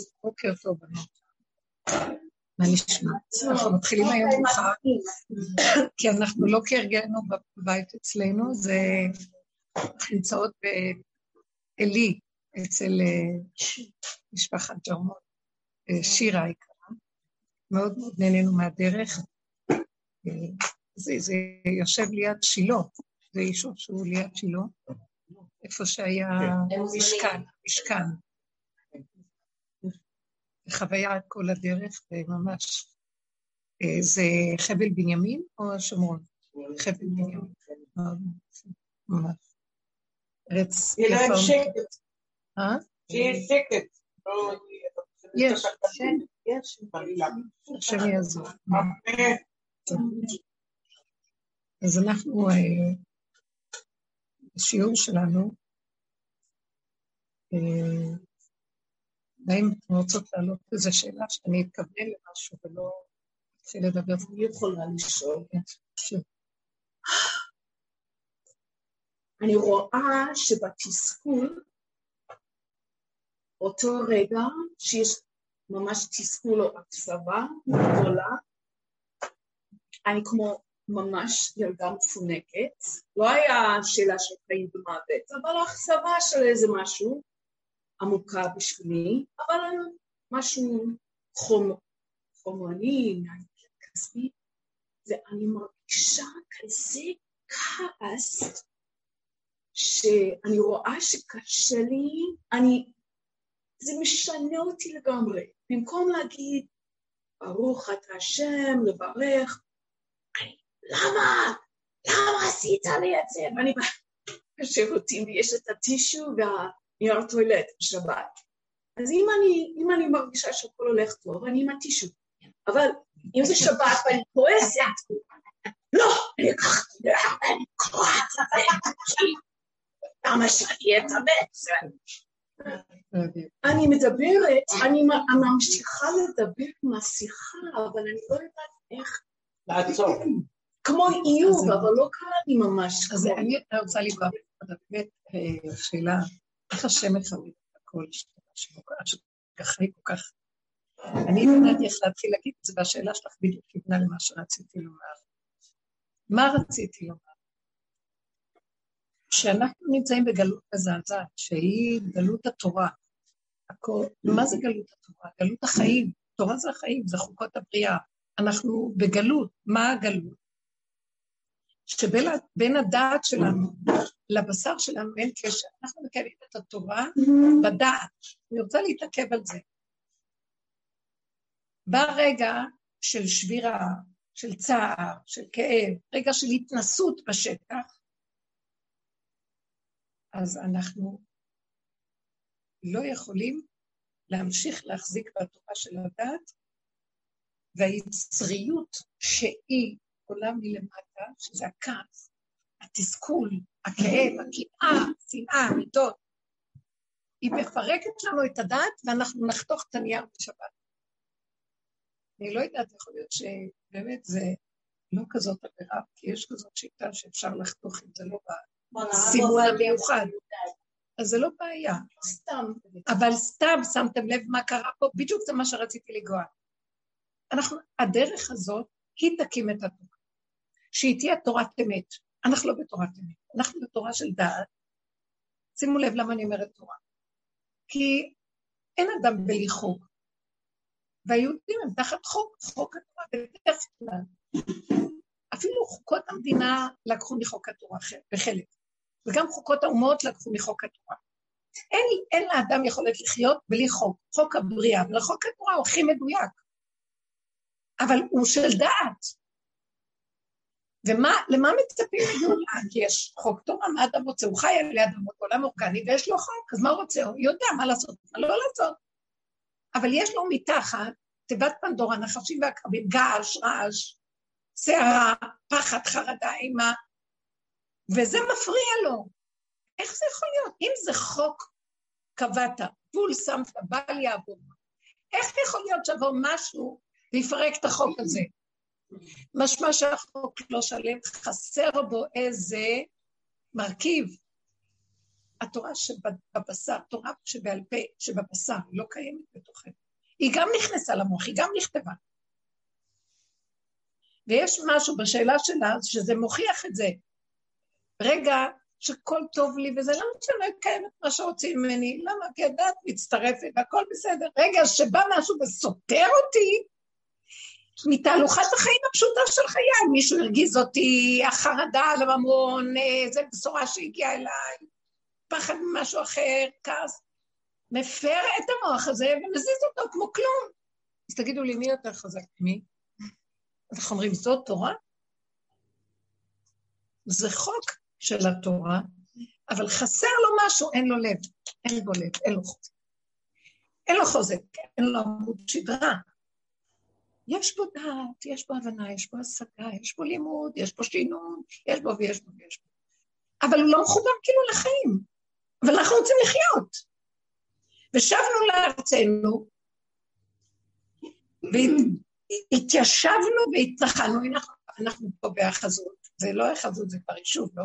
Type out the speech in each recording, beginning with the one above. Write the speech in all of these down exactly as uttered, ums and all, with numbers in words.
בוקר טוב, בנות. מה נשמע? אנחנו מתחילים היום מאוחר, כי אנחנו לא כהרגלנו בבית אצלנו, זה נמצאות באלי, אצל משפחת ג'רמון, שירה היקרה. מאוד מאוד נהנינו מהדרך. זה, זה יושב ליד שילה, זה יישוב שהוא ליד שילה, איפה שהיה משכן, משכן. חוויה את כל הדרך, וממש, זה חבל בנימין או השומרון? חבל בנימין, ממש. ארץ יפה. שקט. אה? שיהיה שקט. יש, יש. השם יעזור. אז אנחנו, בשיעור שלנו, האם אתם רוצות לעלות איזו שאלה שאני אתכוון למשהו ולא אתחיל לדבר? אני יכולה לשאול. אני רואה שבתסכול, אותו רגע שיש ממש תסכול או אכזבה גדולה, אני כמו ממש ילדה מפונקת, לא היה שאלה של חיים ומוות, אבל אכזבה של איזה משהו, עמוקה בשבילי, אבל משהו חומ... חומרני, כספי, ואני מרגישה כזה כעס, שאני רואה שקשה לי, אני, זה משנה אותי לגמרי, במקום להגיד, ברוך אתה השם, לברך, אני, למה? למה עשית לי את זה? ואני בשירותים, ויש את הטישו וה... נייר טוילט בשבת. אז אם אני, אם אני מרגישה שהכל הולך טוב, אני עם הטישו. אבל אם זה שבת ואני כועסת, לא, אני אקח, אני כועסת, למה שאני אתאמץ? אני מדברת, אני ממשיכה לדבר עם השיחה, אבל אני לא יודעת איך. לעצור. כמו איוב, אבל לא קרה לי ממש. אז אני רוצה לקרוא, באמת שאלה, איך השם מחווה את הכל שכחי כל כך. אני יודעת איך להתחיל להגיד את זה, והשאלה שלך בדיוק כיוונה למה שרציתי לומר. מה רציתי לומר? שאנחנו נמצאים בגלות מזעזעת, שהיא גלות התורה. מה זה גלות התורה? גלות החיים. תורה זה החיים, זה חוקות הבריאה. אנחנו בגלות. מה הגלות? שבין הדעת שלנו לבשר שלנו אין קשר. אנחנו מקיימים את התורה בדעת. אני רוצה להתעכב על זה. בא רגע של שבירה, של צער, של כאב, רגע של התנסות בשטח, אז אנחנו לא יכולים להמשיך להחזיק בתורה של הדעת, והיצריות שהיא עולה מלמטה, שזה הכעס, התסכול, הכאב, הקנאה, השנאה, המידות, היא מפרקת לנו את הדעת, ואנחנו נחתוך את הנייר בשבת. אני לא יודעת, יכול להיות שבאמת זה לא כזאת עבירה, כי יש כזאת שיטה שאפשר לחתוך את זה לא בסימון המיוחד. אז זה לא בעיה. סתם. אבל סתם שמתם לב מה קרה פה, בדיוק זה מה שרציתי לגוע. אנחנו, הדרך הזאת, היא תקים את התורה. שהיא תהיה תורת אמת. אנחנו לא בתורת אמת, אנחנו בתורה של דעת. שימו לב למה אני אומרת תורה. כי אין אדם בלי חוק. והיהודים הם תחת חוק, חוק התורה בדרך כלל. אפילו חוקות המדינה לקחו מחוק התורה בחלק. וגם חוקות האומות לקחו מחוק התורה. אין, אין לאדם יכולת לחיות בלי חוק, חוק הבריאה. ולחוק התורה הוא הכי מדויק. אבל הוא של דעת. ומה, למה מצפים לגאולה? כי יש חוק תורה, מה אדם רוצה? הוא חי על יד עולם אורגני, ויש לו חוק, אז מה הוא רוצה? הוא יודע מה לעשות, מה לא לעשות. אבל יש לו מתחת, תיבת פנדורה, נחשים ועקרבים, געש, רעש, שערה, פחד, חרדה, אימה, וזה מפריע לו. איך זה יכול להיות? אם זה חוק קבעת, פול שמת, בל יעבור, איך יכול להיות שעבור משהו ויפרק את החוק הזה? משמע שהחוק לא שלם, חסר בו איזה מרכיב. התורה שבבשר, תורה שבעל פה, שבבשר, לא קיימת בתוכנו. היא גם נכנסה למוח, היא גם נכתבה. ויש משהו בשאלה שלה, שזה מוכיח את זה. רגע שכל טוב לי, וזה לא משנה לקיים את מה שרוצים ממני, למה? כי הדעת מצטרפת, והכל בסדר. רגע שבא משהו וסותר אותי, מתהלוכת החיים הפשוטה של חיי, מישהו הרגיז אותי, החרדה על הממון, זה בשורה שהגיעה אליי, פחד ממשהו אחר, כעס, מפר את המוח הזה ומזיז אותו כמו כלום. אז תגידו לי, מי יותר חזק? מי? אנחנו אומרים, זאת תורה? זה חוק של התורה, אבל חסר לו משהו, אין לו לב, אין בו לב, אין לו חוזק. אין לו חוזק, אין לו עמוד שדרה. יש בו דעת, יש בו הבנה, יש בו השגה, יש בו לימוד, יש בו שינון, יש בו ויש בו ויש בו. אבל הוא לא מחובר כאילו לחיים. אבל אנחנו רוצים לחיות. ושבנו לארצנו, והתיישבנו והתנחלנו, אנחנו, אנחנו פה בהחזות, זה לא החזות, זה כבר יישוב, לא?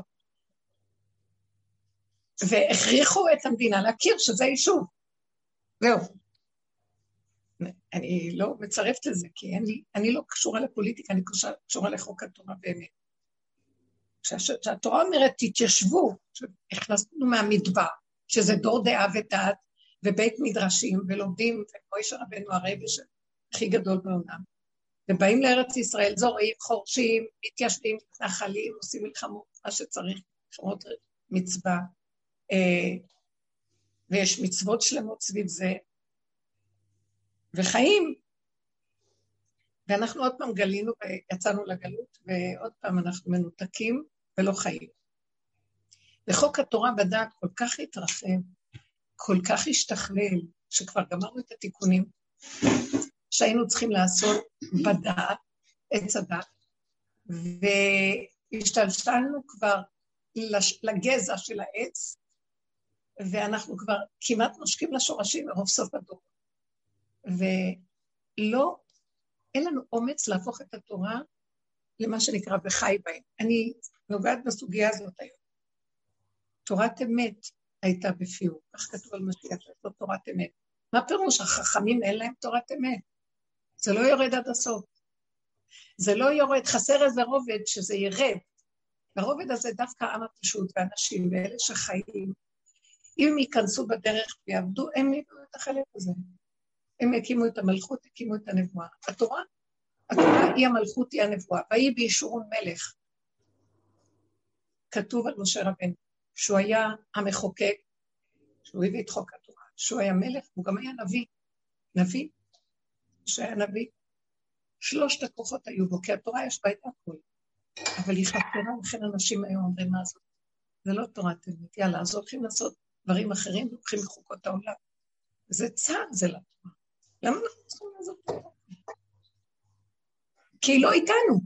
והכריחו את המדינה להכיר שזה יישוב. זהו. אני לא מצרפת לזה, כי אני, אני לא קשורה לפוליטיקה, אני קשורה, קשורה לחוק התורה באמת. כשהתורה אומרת, תתיישבו, הכנסנו מהמדבר, שזה דור דעה ודעת, ובית מדרשים, ולומדים, ומוישה רבנו הרבי הכי גדול בעולם, ובאים לארץ ישראל, זורעים, חורשים, מתיישבים, נחלים, עושים מלחמות, מה שצריך, שומרות מצווה, ויש מצוות שלמות סביב זה, וחיים, ואנחנו עוד פעם גלינו ויצאנו לגלות, ועוד פעם אנחנו מנותקים ולא חיים. וחוק התורה בדעת כל כך התרחב, כל כך השתכלל, שכבר גמרנו את התיקונים, שהיינו צריכים לעשות בדעת, עץ הדעת, והשתלשלנו כבר לגזע של העץ, ואנחנו כבר כמעט נושקים לשורשים מרוב סוף הדור. ולא, אין לנו אומץ להפוך את התורה למה שנקרא בחי בהם. אני נוגעת בסוגיה הזאת היום. תורת אמת הייתה בפיהו, כך כתוב על משיח, זאת תורת אמת. מה פירוש? החכמים אין להם תורת אמת. זה לא יורד עד הסוף. זה לא יורד, חסר איזה רובד שזה ירד. הרובד הזה דווקא העם הפשוט ואנשים ואלה שחיים, אם הם ייכנסו בדרך ויעבדו, הם ידעו את החלק הזה. הם יקימו את המלכות, יקימו את הנבואה. התורה, התורה היא המלכות, היא הנבואה, והיא באישורון מלך. כתוב על משה רבנו, שהוא היה המחוקק, שהוא הביא את חוק התורה, שהוא היה מלך, הוא גם היה נביא, נביא, שהיה נביא. שלושת הכוחות היו בו, כי התורה יש בה את הכל, אבל היא חסרה, לכן אנשים היום אומרים מה זאת. זה לא תורת אמת, יאללה, אז הולכים לעשות דברים אחרים, ולוקחים מחוקות העולם. זה צער, זה לא. למה אנחנו צריכים לעשות תורה? כי היא לא איתנו.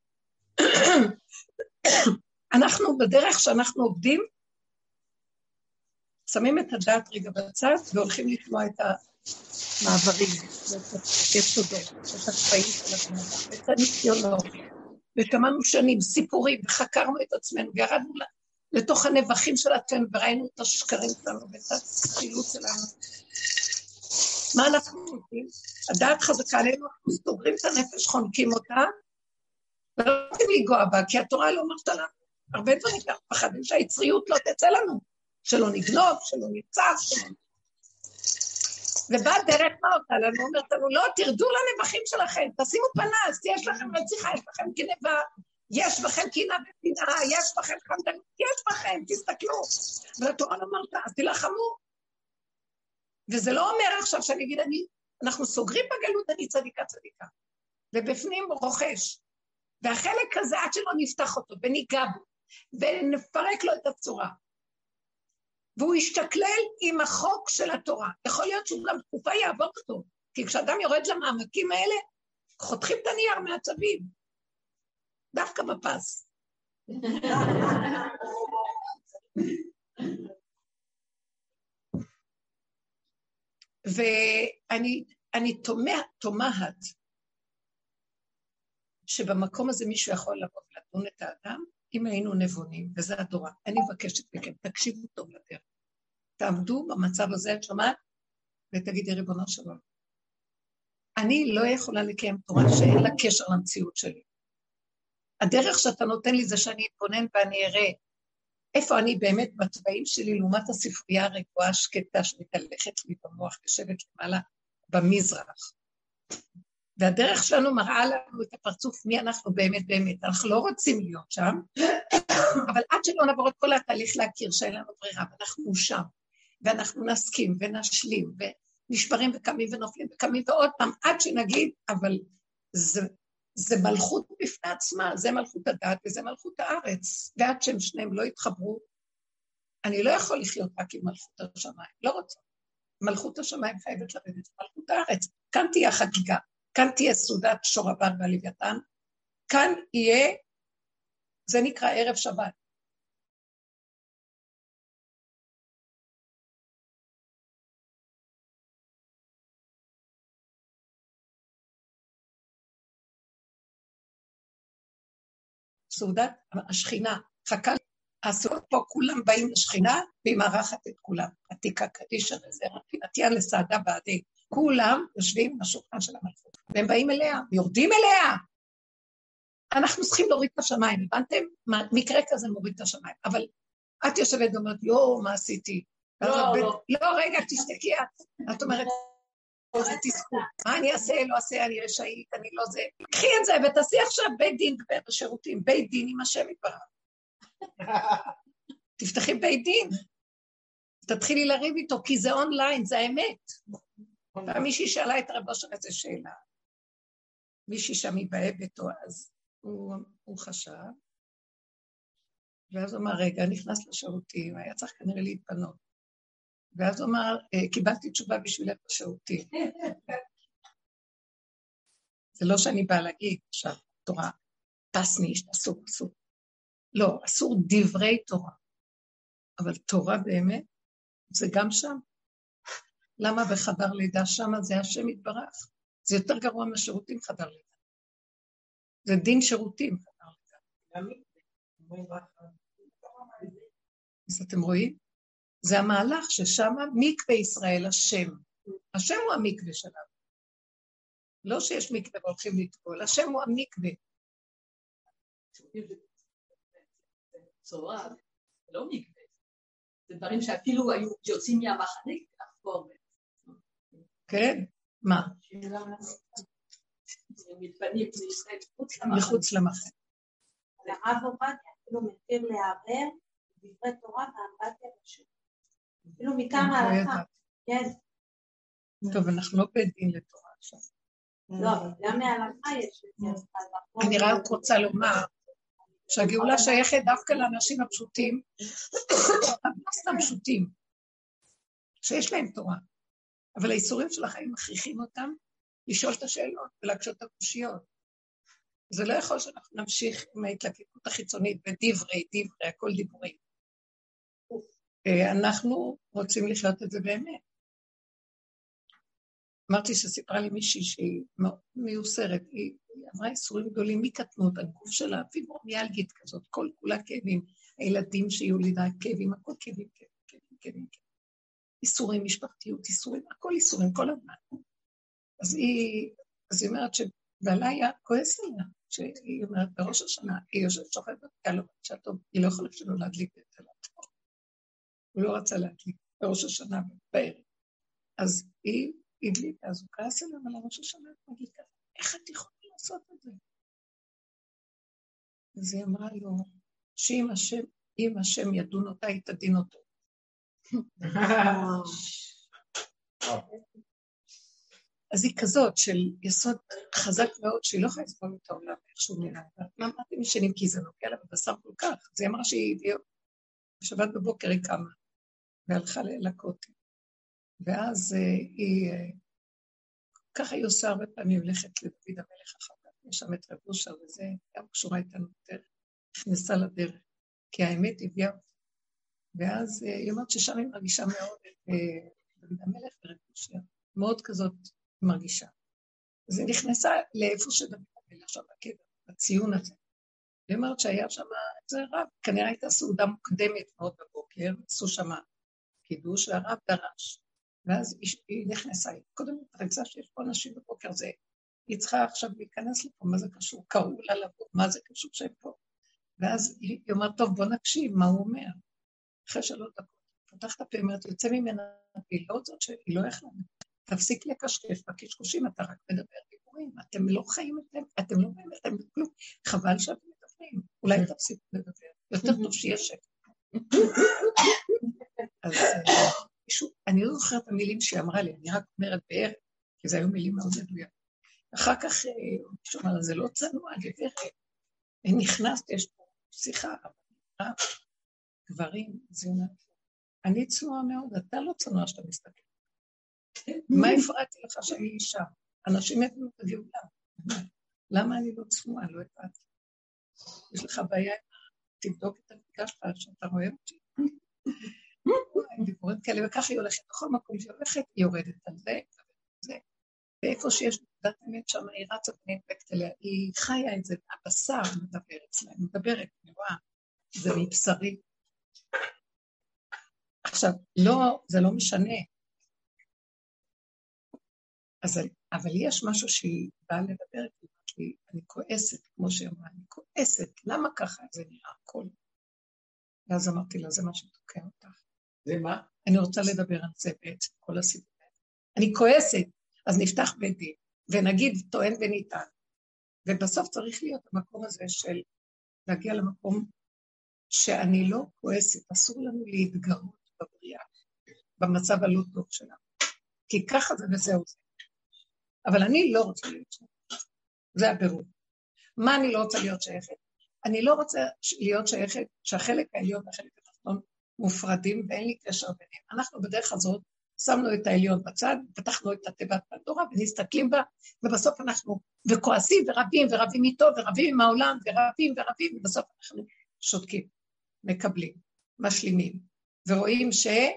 אנחנו בדרך שאנחנו עובדים, שמים את הדעת רגע בצד, והולכים לשמוע את המעברים, את היסודות, את הצבעים של התמונה, את הניסיונות, ושמענו שנים, סיפורים, וחקרנו את עצמנו, וירדנו לתוך הנבחים של עצמנו, וראינו את השקרים שלנו, ואת הצילות שלנו. מה אנחנו עושים? הדעת חזקה עלינו, אנחנו סוגרים את הנפש, חונקים אותה, ולא רוצים לגוע בה, כי התורה לא אומרת לנו. הרבה דברים כך פחדים שהיצריות לא תצא לנו, שלא נגנוב, שלא נרצח, שלא... ובא דרך מה אותה לנו, אומרת לנו, לא, תרדו לנבחים שלכם, תשימו פנס, יש לכם רציחה, יש לכם גנבה, יש בכם קינה ופינאה, יש בכם חמדנות, יש בכם, תסתכלו. והתורה אומרת, אז תלחמו. וזה לא אומר עכשיו שאני אגיד, אני, אנחנו סוגרים בגלות, אני צדיקה צדיקה, ובפנים רוכש, והחלק הזה עד שלא נפתח אותו, וניגע בו, ונפרק לו את הצורה, והוא ישתכלל עם החוק של התורה. יכול להיות שהוא גם תקופה יעבור אותו, כי כשאדם יורד למעמקים האלה, חותכים את הנייר מהצבים, דווקא בפס. ואני אני תומע, תומעת, שבמקום הזה מישהו יכול לבוא ולדון את האדם, אם היינו נבונים, וזה הדורה. אני מבקשת מכם, תקשיבו טוב לדרך. תעמדו במצב הזה, את שומעת? ותגידי, ריבונו שלום, אני לא יכולה לקיים תורה שאין לה קשר למציאות שלי. הדרך שאתה נותן לי זה שאני אתבונן ואני אראה איפה אני באמת בצבעים שלי לעומת הספרייה הרגועה השקטה שמתהלכת לי במוח, יושבת למעלה במזרח. והדרך שלנו מראה לנו את הפרצוף מי אנחנו באמת באמת. אנחנו לא רוצים להיות שם, אבל עד שלא נעבור את כל התהליך להכיר שאין לנו ברירה, ואנחנו שם, ואנחנו נסכים ונשלים, ונשברים וקמים ונופלים וקמים ועוד פעם, עד שנגיד, אבל זה, זה מלכות בפני עצמה, זה מלכות הדת וזה מלכות הארץ, ועד שהם שניהם לא יתחברו, אני לא יכול לחיות רק עם מלכות השמיים, לא רוצה. מלכות השמיים חייבת לרדת, מלכות הארץ, כאן תהיה החגיגה, כאן תהיה סעודת שור הבר והלוויתן, כאן יהיה, זה נקרא ערב שבת. סעודת השכינה, חכה, הסעוד פה כולם באים לשכינה, והיא מארחת את כולם, עתיקה קדישה וזרע, פינתיה לסעדה בעדי, כולם יושבים בשולחן של המלכות, והם באים אליה, יורדים אליה. אנחנו צריכים להוריד את השמיים, הבנתם? מקרה כזה מוריד את השמיים, אבל את יושבת ואומרת, יו, מה עשיתי? לא, לא. לא, רגע, תשתקי את. את אומרת, זה תסכול. מה אני אעשה, לא אעשה, אני רשאית, אני לא זה. קחי את זה, ותעשי עכשיו בית דין בשירותים, בית דין עם השם יתברך. תפתחי בית דין. תתחילי לריב איתו, כי זה אונליין, זה האמת. מישהי שאלה את רבו של איזה שאלה. מישהי שם היא באבטו, אז הוא, הוא חשב, ואז הוא אמר, רגע, נכנס לשירותים, היה צריך כנראה להתפנות. ואז הוא אמר, קיבלתי תשובה בשבילך בשירותים. זה לא שאני באה להגיד, עכשיו, תורה, פסניש, אסור, אסור. לא, אסור דברי תורה. אבל תורה באמת, זה גם שם. למה בחדר לידה שם זה השם יתברך? זה יותר גרוע מהשירותים חדר לידה. זה דין שירותים חדר לידה. אז אתם רואים? זה המהלך ששם מקווה ישראל השם. השם הוא המקווה שלנו. לא שיש מקווה והולכים לטבול, השם הוא המקווה. צורה, זה לא מקווה. זה דברים שאפילו היו יוצאים מהמחנה לחפור. כן, מה? מתפנים לישראל מחוץ למחנה. הרב עובדיה אפילו מתיר לערער דברי תורה ואמבטיה בשם. אפילו מכמה הלכה. כן. טוב, אנחנו לא בית דין לתורה עכשיו. לא, גם מההלכה יש את זה. אני רק רוצה לומר שהגאולה שייכת דווקא לאנשים הפשוטים, לא סתם פשוטים, שיש להם תורה. אבל האיסורים של החיים מכריחים אותם לשאול את השאלות ולהקשות את הקושיות. זה לא יכול שאנחנו נמשיך עם ההתלקקות החיצונית ודברי, דברי, הכל דיבורים. אנחנו רוצים לחיות את זה באמת. אמרתי שסיפרה לי מישהי שהיא מיוסרת, היא אמרה איסורים גדולים מקטנות, הגוף שלה, פיברומיאלגית כזאת, כל כולה כאבים, הילדים שיהיו לידה כאבים, הכל כאבים, כאבים, כאבים, כאבים. איסורים, משפחתיות, איסורים, הכל איסורים, כל הזמן. אז היא, אז היא אומרת שבעלה היה כועס עליה, שהיא אומרת בראש השנה, היא יושבת שוכבת בקלו, שהטוב, היא לא יכולה שלא להדליק את זה לעצמו. הוא לא רצה להדליק בראש השנה בערב. אז היא הדליקה, אז הוא כעס עליה, אבל בראש השנה היא מדליקה. איך את יכולה לעשות את זה? אז היא אמרה לו, שאם השם, אם השם ידון אותה, היא תדין אותו. אז היא כזאת של יסוד חזק מאוד, שהיא לא יכולה לסבול את העולם איכשהו מילה. למה אתם ישנים? כי זה נוגע לה בבשר כל כך. אז היא אמרה שהיא בשבת בבוקר היא קמה, והלכה לכותל. ואז היא, ככה היא עושה הרבה פעמים, הולכת לדוד המלך אחר כך, יש שם את רב אושר, וזה גם קשורה איתנו דרך, נכנסה לדרך, כי האמת הביאה אותה. ואז היא אומרת ששם היא מרגישה מאוד את דוד המלך ורב אושר, מאוד כזאת מרגישה. אז היא נכנסה לאיפה שדוד המלך שם בקבר, בציון הזה. היא אומרת שהיה שם איזה רב, כנראה הייתה סעודה מוקדמת מאוד בבוקר, עשו שם קידוש, והרב דרש. ואז היא נכנסה, קודם התרגזה שיש פה אנשים בבוקר זה, היא צריכה עכשיו להיכנס לפה, מה זה קשור? קראו לה לבוא, מה זה קשור שהם פה? ואז היא אומרת, טוב, בוא נקשיב, מה הוא אומר? אחרי שלוש דקות, פותחת הפה, אומרת, יוצא ממנה, היא לא זאת שהיא לא יכלה, תפסיק לקשקש בקשקושים, אתה רק מדבר דיבורים, אתם לא חיים אתם, אתם לא חיים אתם בכלום, חבל שאתם מדברים, אולי תפסיק לדבר, יותר טוב שיהיה שקט. אז אני לא זוכרת את המילים שהיא אמרה לי, אני רק אומרת בערך, כי זה היו מילים מאוד מדויות. אחר כך, מישהו אמר, זה לא צנוע, גברת. נכנסת, יש פה שיחה, גברים, זיונה. אני צנועה מאוד, אתה לא צנוע שאתה מסתכל. מה הפרעתי לך שאני אישה? אנשים יתנו את הגאולה. למה אני לא צנועה? לא הפרעתי. יש לך בעיה, תבדוק את הנקודה שלך, שאתה רואה אותי. אני דיבורת כאלה, וכך היא הולכת, בכל מקום שהיא הולכת, היא יורדת על זה, זה. ואיפה שיש נקודת אמת שם, היא רצה ונדבקת אליה, היא חיה את זה, הבשר מדבר אצלה, מדברת, אני רואה, זה מבשרי. עכשיו, לא, זה לא משנה. אז, אבל יש משהו שהיא באה לדבר איתי, אני כועסת, כמו שהיא אמרה, אני כועסת, למה ככה זה נראה הכל? ואז אמרתי לה, זה מה שתוקע אותך. זה מה? אני רוצה לדבר על זה בעצם, כל הסיפור. אני כועסת, אז נפתח בית דין, ונגיד טוען וניתן. ובסוף צריך להיות המקום הזה של להגיע למקום שאני לא כועסת, אסור לנו להתגרות בבריאה, במצב הלא טוב שלנו. כי ככה זה וזהו זה. אבל אני לא רוצה להיות שייכת. זה הבירור. מה אני לא רוצה להיות שייכת? אני לא רוצה להיות שייכת שהחלק העליון והחלק התחתון מופרדים ואין לי קשר ביניהם. אנחנו בדרך הזאת שמנו את העליון בצד, פתחנו את התיבת פנדורה ונסתכלים בה, ובסוף אנחנו וכועסים ורבים ורבים איתו ורבים עם העולם ורבים ורבים, ובסוף אנחנו שותקים, מקבלים, משלימים, ורואים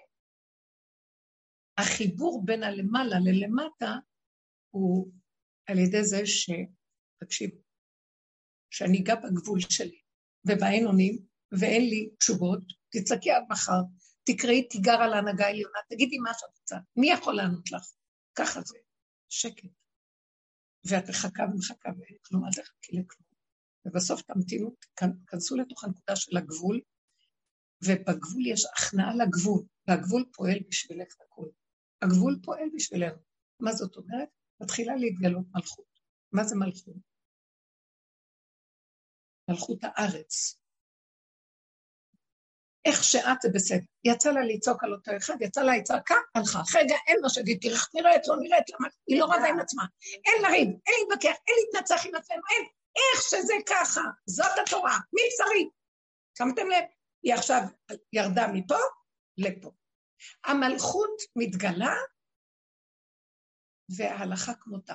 שהחיבור בין הלמעלה ללמטה הוא על ידי זה ש... תקשיבו, שאני אגע בגבול שלי, ובאין עונים, ואין לי תשובות, תצעקי עד מחר, תקראי תיגר על ההנהגה העליונה, תגידי מה שאת רוצה, מי יכול לענות לך? ככה זה, שקט. ואת מחכה ומחכה, וכלום, אל תחכי לכלום. ובסוף תמתינו, כנסו לתוך הנקודה של הגבול, ובגבול יש הכנעה לגבול, והגבול פועל בשבילך הכל. הגבול פועל בשבילנו. מה זאת אומרת? מתחילה להתגלות מלכות. מה זה מלכות? מלכות הארץ. איך שאת זה בסדר. יצא לה לצעוק על אותו אחד, יצא לה לצעקה, הלכה. רגע, אין מה שגיד, תראה, נראית, לא נראית, למה? היא לא רבה עם עצמה. אין לריב, אין להתבקר, אין להתנצח עם עצמנו, אין. איך שזה ככה, זאת התורה, מבשרי. שמתם לב? היא עכשיו ירדה מפה לפה. המלכות מתגלה, וההלכה כמותה.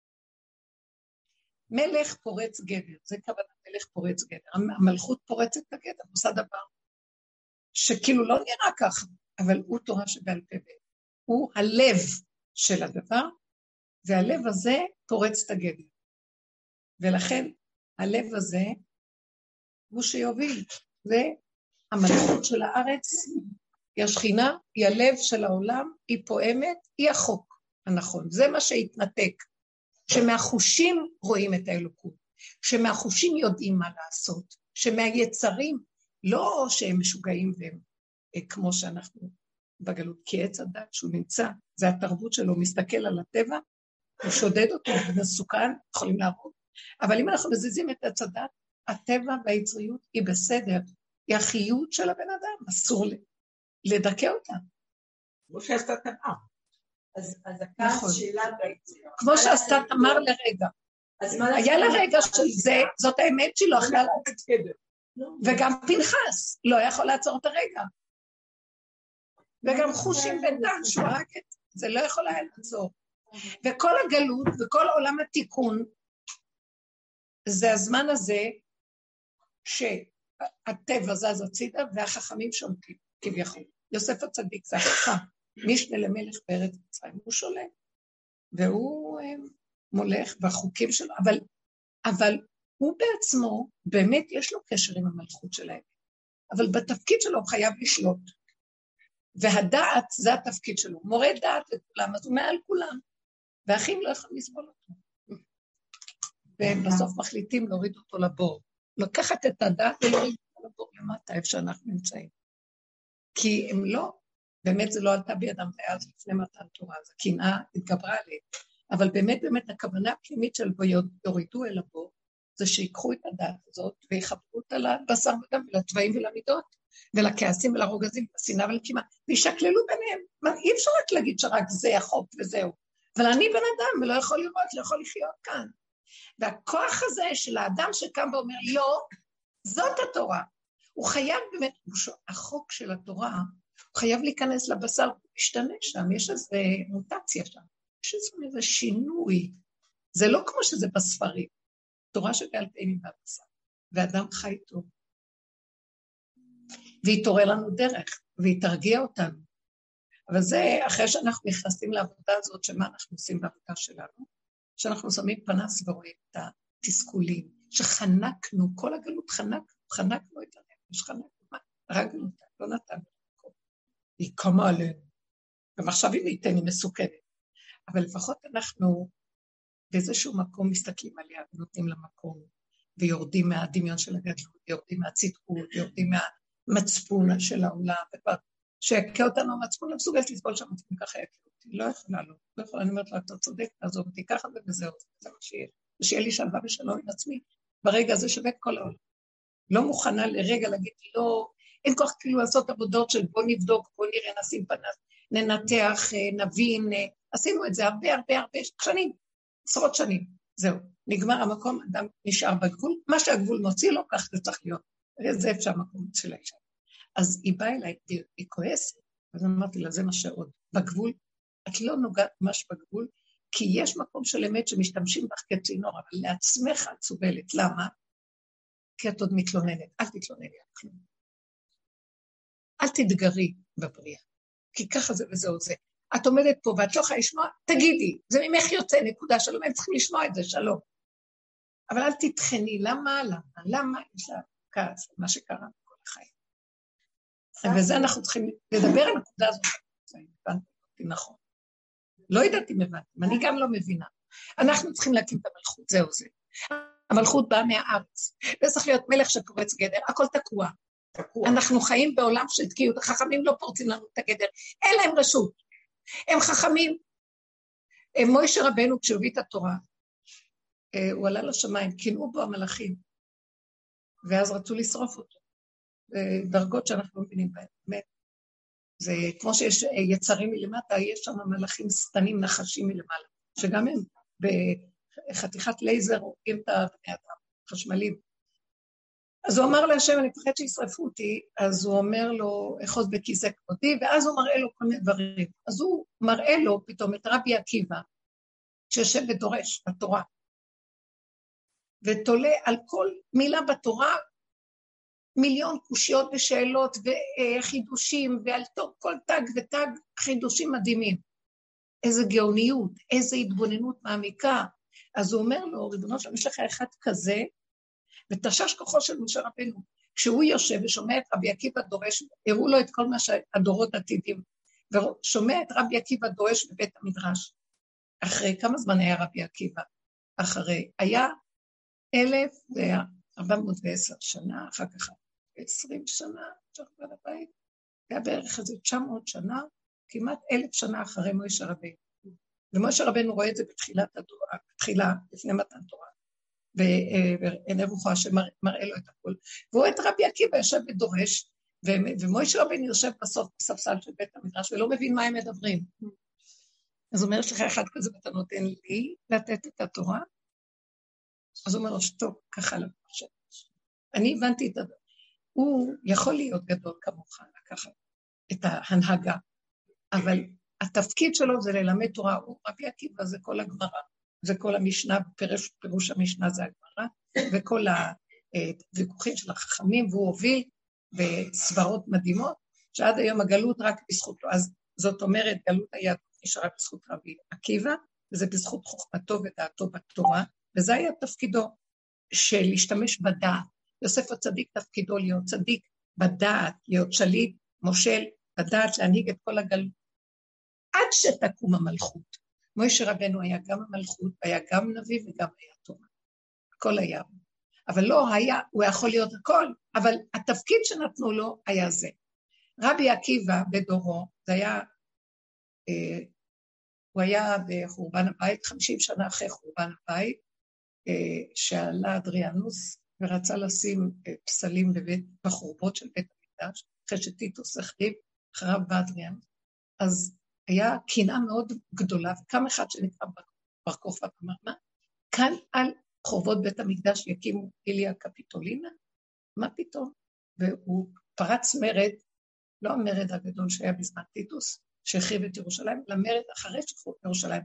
מלך פורץ גדר, זה כוונה מלך פורץ גדר. המלכות פורצת את הגדר, עושה דבר שכאילו לא נראה ככה, אבל הוא תורה שבעל פה בית. הוא הלב של הדבר, והלב הזה פורץ את הגדר. ולכן הלב הזה הוא שיוביל, זה המלכות של הארץ, היא השכינה, היא הלב של העולם, היא פועמת, היא החוק הנכון. זה מה שהתנתק, שמהחושים רואים את האלוקות, שמהחושים יודעים מה לעשות, שמהיצרים, לא שהם משוגעים והם כמו שאנחנו בגלות, כי עץ הדת שהוא נמצא, זה התרבות שלו, מסתכל על הטבע, הוא שודד אותו, זה מסוכן, יכולים להרוג. אבל אם אנחנו מזיזים את עץ הדת, הטבע והיצריות היא בסדר, היא החיות של הבן אדם, אסור לדכא אותה. כמו שעשתה תמר. אז הכעס שלה ביצריות. כמו שעשתה תמר לרגע. היה לה רגע של זה, זאת האמת שלו, אחלה להצגדר. וגם פנחס לא יכול לעצור את הרגע. וגם חושים בינתיים שהוא רק את זה לא יכול היה לעצור. וכל הגלות וכל עולם התיקון, זה הזמן הזה שהטבע זז הצידה והחכמים שולטים כביכול. יוסף הצדיק זה החכם, משנה למלך בארץ מצרים, הוא שולט, והוא מולך בחוקים שלו, אבל, אבל הוא בעצמו, באמת יש לו קשר עם המלכות שלהם, אבל בתפקיד שלו הוא חייב לשלוט. והדעת זה התפקיד שלו, מורה דעת לכולם, אז הוא מעל כולם, והאחים לא יכולים לסבול אותו. ובסוף מחליטים להוריד אותו לבור, לקחת את הדעת ולהוריד אותו לבור למטה, איפה שאנחנו נמצאים. כי הם לא, באמת זה לא עלתה בידם, זה היה אז לפני מתן תורה, אז הקנאה התגברה עליהם, אבל באמת באמת הכוונה הפנימית של יורידו אל הבור, זה שיקחו את הדעת הזאת, ויחברו אותה לבשר ודם, ולצבעים ולמידות, ולכעסים ולרוגזים, לשנאה ולקימה, וישקללו ביניהם. מה, אי אפשר רק להגיד שרק זה החוק וזהו, אבל אני בן אדם ולא יכול לראות, לא יכול לחיות כאן. והכוח הזה של האדם שקם ואומר, לא, זאת התורה. הוא חייב באמת, החוק של התורה, הוא חייב להיכנס לבשר, הוא משתנה שם, יש איזו מוטציה שם, יש איזה שינוי. זה לא כמו שזה בספרים. תורה שבעל פעמים בבשר, ואדם חי טוב. והיא תורה לנו דרך, והיא תרגיע אותנו. אבל זה אחרי שאנחנו נכנסים לעבודה הזאת, שמה אנחנו עושים בעבודה שלנו, שאנחנו שמים פנס ורואים את התסכולים, שחנקנו, כל הגלות חנקנו, חנקנו את הנפש, חנקנו, מה? הרגנו אותה, לא נתנו. היא קמה עלינו, ומחשב היא ניתן, היא מסוכנת. אבל לפחות אנחנו, באיזשהו מקום מסתכלים עליה, ונותנים לה מקום, ויורדים מהדמיון של הגדלות, יורדים מהצדקות, יורדים מהמצפון של העולם, וכבר שיקה אותנו המצפון, לא מסוגלת לסבול שהמצפון ככה יקה אותי, לא יכולה, לא, לא יכולה, אני אומרת לה, אתה צודק, תעזוב אותי, ככה זה וזהו, זה מה שיהיה, ושיהיה לי שלווה ושלום עם עצמי, ברגע הזה שווה כל העולם. לא מוכנה לרגע להגיד, לא, אין כוח כאילו לעשות עבודות של בוא נבדוק, בוא נראה, נשים פנס, ננתח, נבין, עשינו את זה הרבה הרבה הרבה שנים, עשרות שנים, זהו, נגמר המקום, אדם נשאר בגבול, מה שהגבול מוציא לו, כך זה צריך להיות, זה אפשר המקום של האישה. אז היא באה אליי, היא כועסת, אז אמרתי לה, זה מה שעוד, בגבול, את לא נוגעת ממש בגבול, כי יש מקום של אמת שמשתמשים בך כצינור, אבל לעצמך את סובלת, למה? כי את עוד מתלוננת, אל תתלונני על כלום. אל תתגרי בבריאה, כי ככה זה וזהו זה. את עומדת פה ואת לא יכולה לשמוע, תגידי, זה ממך יוצא נקודה שלום, הם צריכים לשמוע את זה, שלום. אבל אל תתחני, למה, למה, למה יש לה כעס, מה שקרה בכל החיים. וזה אנחנו צריכים לדבר על הנקודה הזאת, הבנתי נכון. לא ידעתי מבנתי, אני גם לא מבינה. אנחנו צריכים להקים את המלכות, זהו זה. המלכות באה מהארץ, וצריך להיות מלך שפורץ גדר, הכל תקוע. תקוע. אנחנו חיים בעולם של תקיעות, החכמים לא פורצים לנו את הגדר, אין להם רשות. הם חכמים. מוישה רבנו, כשהוא הביא את התורה, הוא עלה לשמיים, קינאו בו המלאכים, ואז רצו לשרוף אותו. דרגות שאנחנו מבינים בהן, באמת. זה כמו שיש יצרים מלמטה, יש שם מלאכים סתנים נחשים מלמעלה, שגם הם בחתיכת לייזר רואים את הבני אדם, חשמלים. אז הוא אמר להשם, אני פחד שישרפו אותי, אז הוא אומר לו, אחוז בכיסא כבודי, ואז הוא מראה לו כל מיני דברים. אז הוא מראה לו פתאום את רבי עקיבא, שיושב ודורש בתורה, ותולה על כל מילה בתורה, מיליון קושיות ושאלות וחידושים, ועל טוב כל תג ותג חידושים מדהימים. איזה גאוניות, איזה התבוננות מעמיקה. אז הוא אומר לו, ריבונו שלום, יש לך אחד כזה, ותשש כוחו של משה רבנו, כשהוא יושב ושומע את רבי עקיבא דורש, הראו לו את כל מה שהדורות עתידים, ושומע את רבי עקיבא דורש בבית המדרש. אחרי כמה זמן היה רבי עקיבא? אחרי, היה אלף וארבע מאות ועשר שנה, אחר כך עשרים שנה, שחבר הבית, היה בערך איזה תשע מאות שנה, כמעט אלף שנה אחרי משה רבנו. ומשה רבנו רואה את זה בתחילת התורה, בתחילה, לפני מתן תורה. ועיני רוחה שמראה לו את הכל. והוא את רבי עקיבא יושב ודורש, ומוישה רבנו יושב בסוף בספסל של בית המדרש, ולא מבין מה הם מדברים. אז הוא אומר, יש לך אחד כזה, ואתה נותן לי לתת את התורה? אז הוא אומר לו, שטוב, ככה למחשב. אני הבנתי את הדבר. הוא יכול להיות גדול כמוך, לקחת את ההנהגה, אבל התפקיד שלו זה ללמד תורה, הוא רבי עקיבא, זה כל הגמרא. זה כל המשנה, פירוש, פירוש המשנה זה הגמרא, וכל הוויכוחים של החכמים, והוא הוביל בסברות מדהימות, שעד היום הגלות רק בזכותו, אז זאת אומרת, גלות היהדות נשארה בזכות רבי עקיבא, וזה בזכות חוכמתו ודעתו בתורה, וזה היה תפקידו של להשתמש בדעת. יוסף הצדיק תפקידו להיות צדיק בדעת, להיות שליט, מושל, לדעת להנהיג את כל הגלות, עד שתקום המלכות. מוישה רבנו היה גם המלכות, היה גם נביא וגם היה תורה. הכל היה. אבל לא היה, הוא יכול להיות הכל, אבל התפקיד שנתנו לו היה זה. רבי עקיבא בדורו, זה היה, אה, הוא היה בחורבן הבית, חמישים שנה אחרי חורבן הבית, אה, שעלה אדריאנוס ורצה לשים אה, פסלים בבית, בחורבות של בית המקדש, אחרי שטיטוס החריב, חרב באדריאנוס. אז היה קנאה מאוד גדולה, וקם אחד שנקרא בר כוכבא, אמר מה? כאן על חורבות בית המקדש יקימו איליה קפיטולינה? מה פתאום? והוא פרץ מרד, לא המרד הגדול שהיה בזמן טיטוס, שהחריב את ירושלים, למרד אחרי שחרור ירושלים.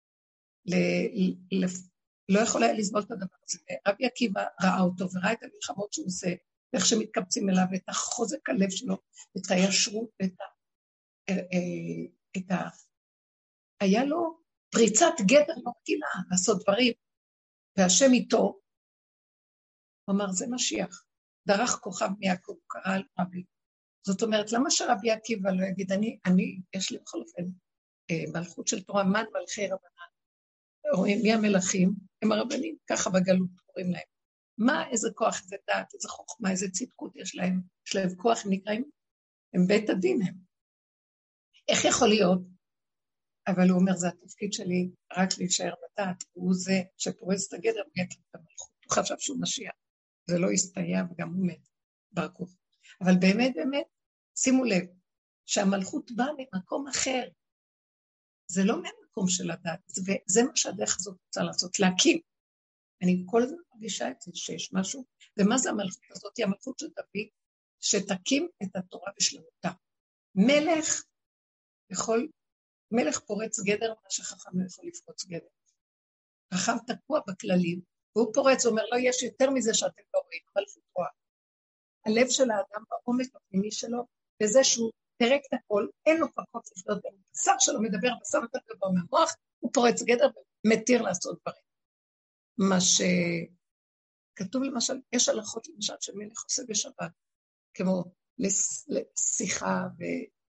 לא יכול היה לסבול את הדבר הזה. רבי עקיבא ראה אותו וראה את המלחמות שהוא עושה, ואיך שמתקבצים אליו, את החוזק הלב שלו, את הישרות, את ה... את ה... היה לו פריצת גדר לא רגילה, לעשות דברים, והשם איתו, הוא אמר, זה משיח, דרך כוכב מיעקב, קרא על רבי. זאת אומרת, למה שרבי עקיבא לא יגיד, אני, אני, יש לי בכל אופן, מלכות של תורה, מן מלכי רבנן, רואים מי המלכים, הם הרבנים, ככה בגלות קוראים להם. מה, איזה כוח, איזה דעת, איזה חוכמה, איזה צדקות יש להם, יש להם כוח, הם נקראים, הם בית הדין הם. איך יכול להיות? אבל הוא אומר, זה התפקיד שלי, רק להישאר בדעת, הוא זה שפורץ את הגדר, הוא יקים את המלכות. הוא חשב שהוא משיח, זה לא הסתייע וגם הוא מת ברקוב. אבל באמת, באמת, שימו לב, שהמלכות באה ממקום אחר, זה לא מהמקום של הדעת, וזה מה שהדרך הזאת רוצה לעשות, להקים. אני כל הזמן מרגישה את זה, שיש משהו, ומה זה המלכות הזאת? היא המלכות של דוד, שתקים את התורה בשלמותה. מלך יכול, מלך פורץ גדר, מה שחכם לא יכול לפרוץ גדר. חכם תקוע בכללים, והוא פורץ, הוא אומר, לא, יש יותר מזה שאתם לא רואים, אבל הוא רואה. הלב של האדם בעומק הפנימי שלו, וזה שהוא פרק את הכל, אין לו פרקות לפנות בנו. השר שלו מדבר בסם יותר גבוה מהמוח, הוא פורץ גדר ומתיר לעשות דברים. מה שכתוב למשל, יש הלכות למשל של מלך עושה בשבת, כמו לשיחה ו...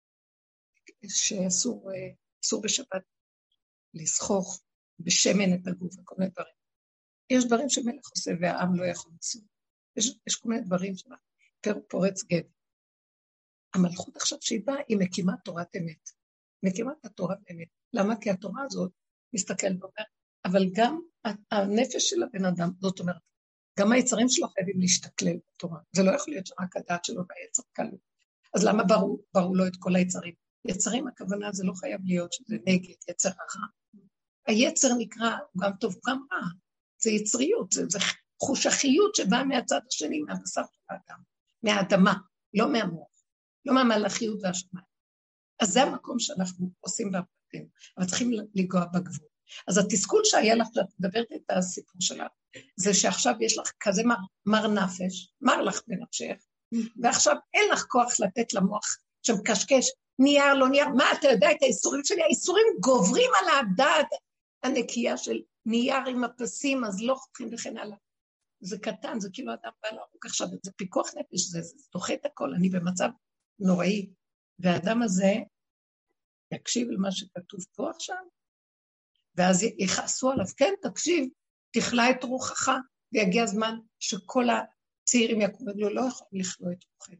שאסור אסור בשבת לסחוך בשמן את הגוף וכל מיני דברים. יש דברים שמלך עושה והעם לא יכול לעשות. יש, יש כל מיני דברים שפורץ גדר. המלכות עכשיו שהיא באה, היא מקימה תורת אמת. מקימה את התורת אמת. למה? כי התורה הזאת מסתכלת ואומר, אבל גם הנפש של הבן אדם, זאת אומרת, גם היצרים שלו חייבים להשתכלל בתורה. זה לא יכול להיות שרק הדעת שלו והיצר קל. אז למה ברו, ברו לו את כל היצרים? יצרים הכוונה זה לא חייב להיות שזה נגד, יצר רע. היצר נקרא, הוא גם טוב, הוא גם רע. זה יצריות, זה, זה חושכיות שבאה מהצד השני, מהבשר של האדם, מהאדמה, לא מהמוח, לא מהמלאכיות והשמיים. אז זה המקום שאנחנו עושים בעבודתנו, אבל צריכים לגוע בגבול. אז התסכול שהיה לך, שאת מדברת את הסיפור שלה, זה שעכשיו יש לך כזה מר, מר נפש, מר לך בנפשך, ועכשיו אין לך כוח לתת למוח שמקשקש, נייר, לא נייר, מה אתה יודע את האיסורים שלי? האיסורים גוברים על הדעת הנקייה של נייר עם הפסים, אז לא חותכים וכן הלאה. זה קטן, זה כאילו אדם בא להרוג עכשיו, זה פיקוח נפש, זה, זה דוחה את הכל, אני במצב נוראי, והאדם הזה יקשיב למה שכתוב פה עכשיו, ואז יכעסו עליו, כן, תקשיב, תכלה את רוחך, ויגיע הזמן שכל הצעירים יקומו, לא, לא יכולים לכלוא את רוחם.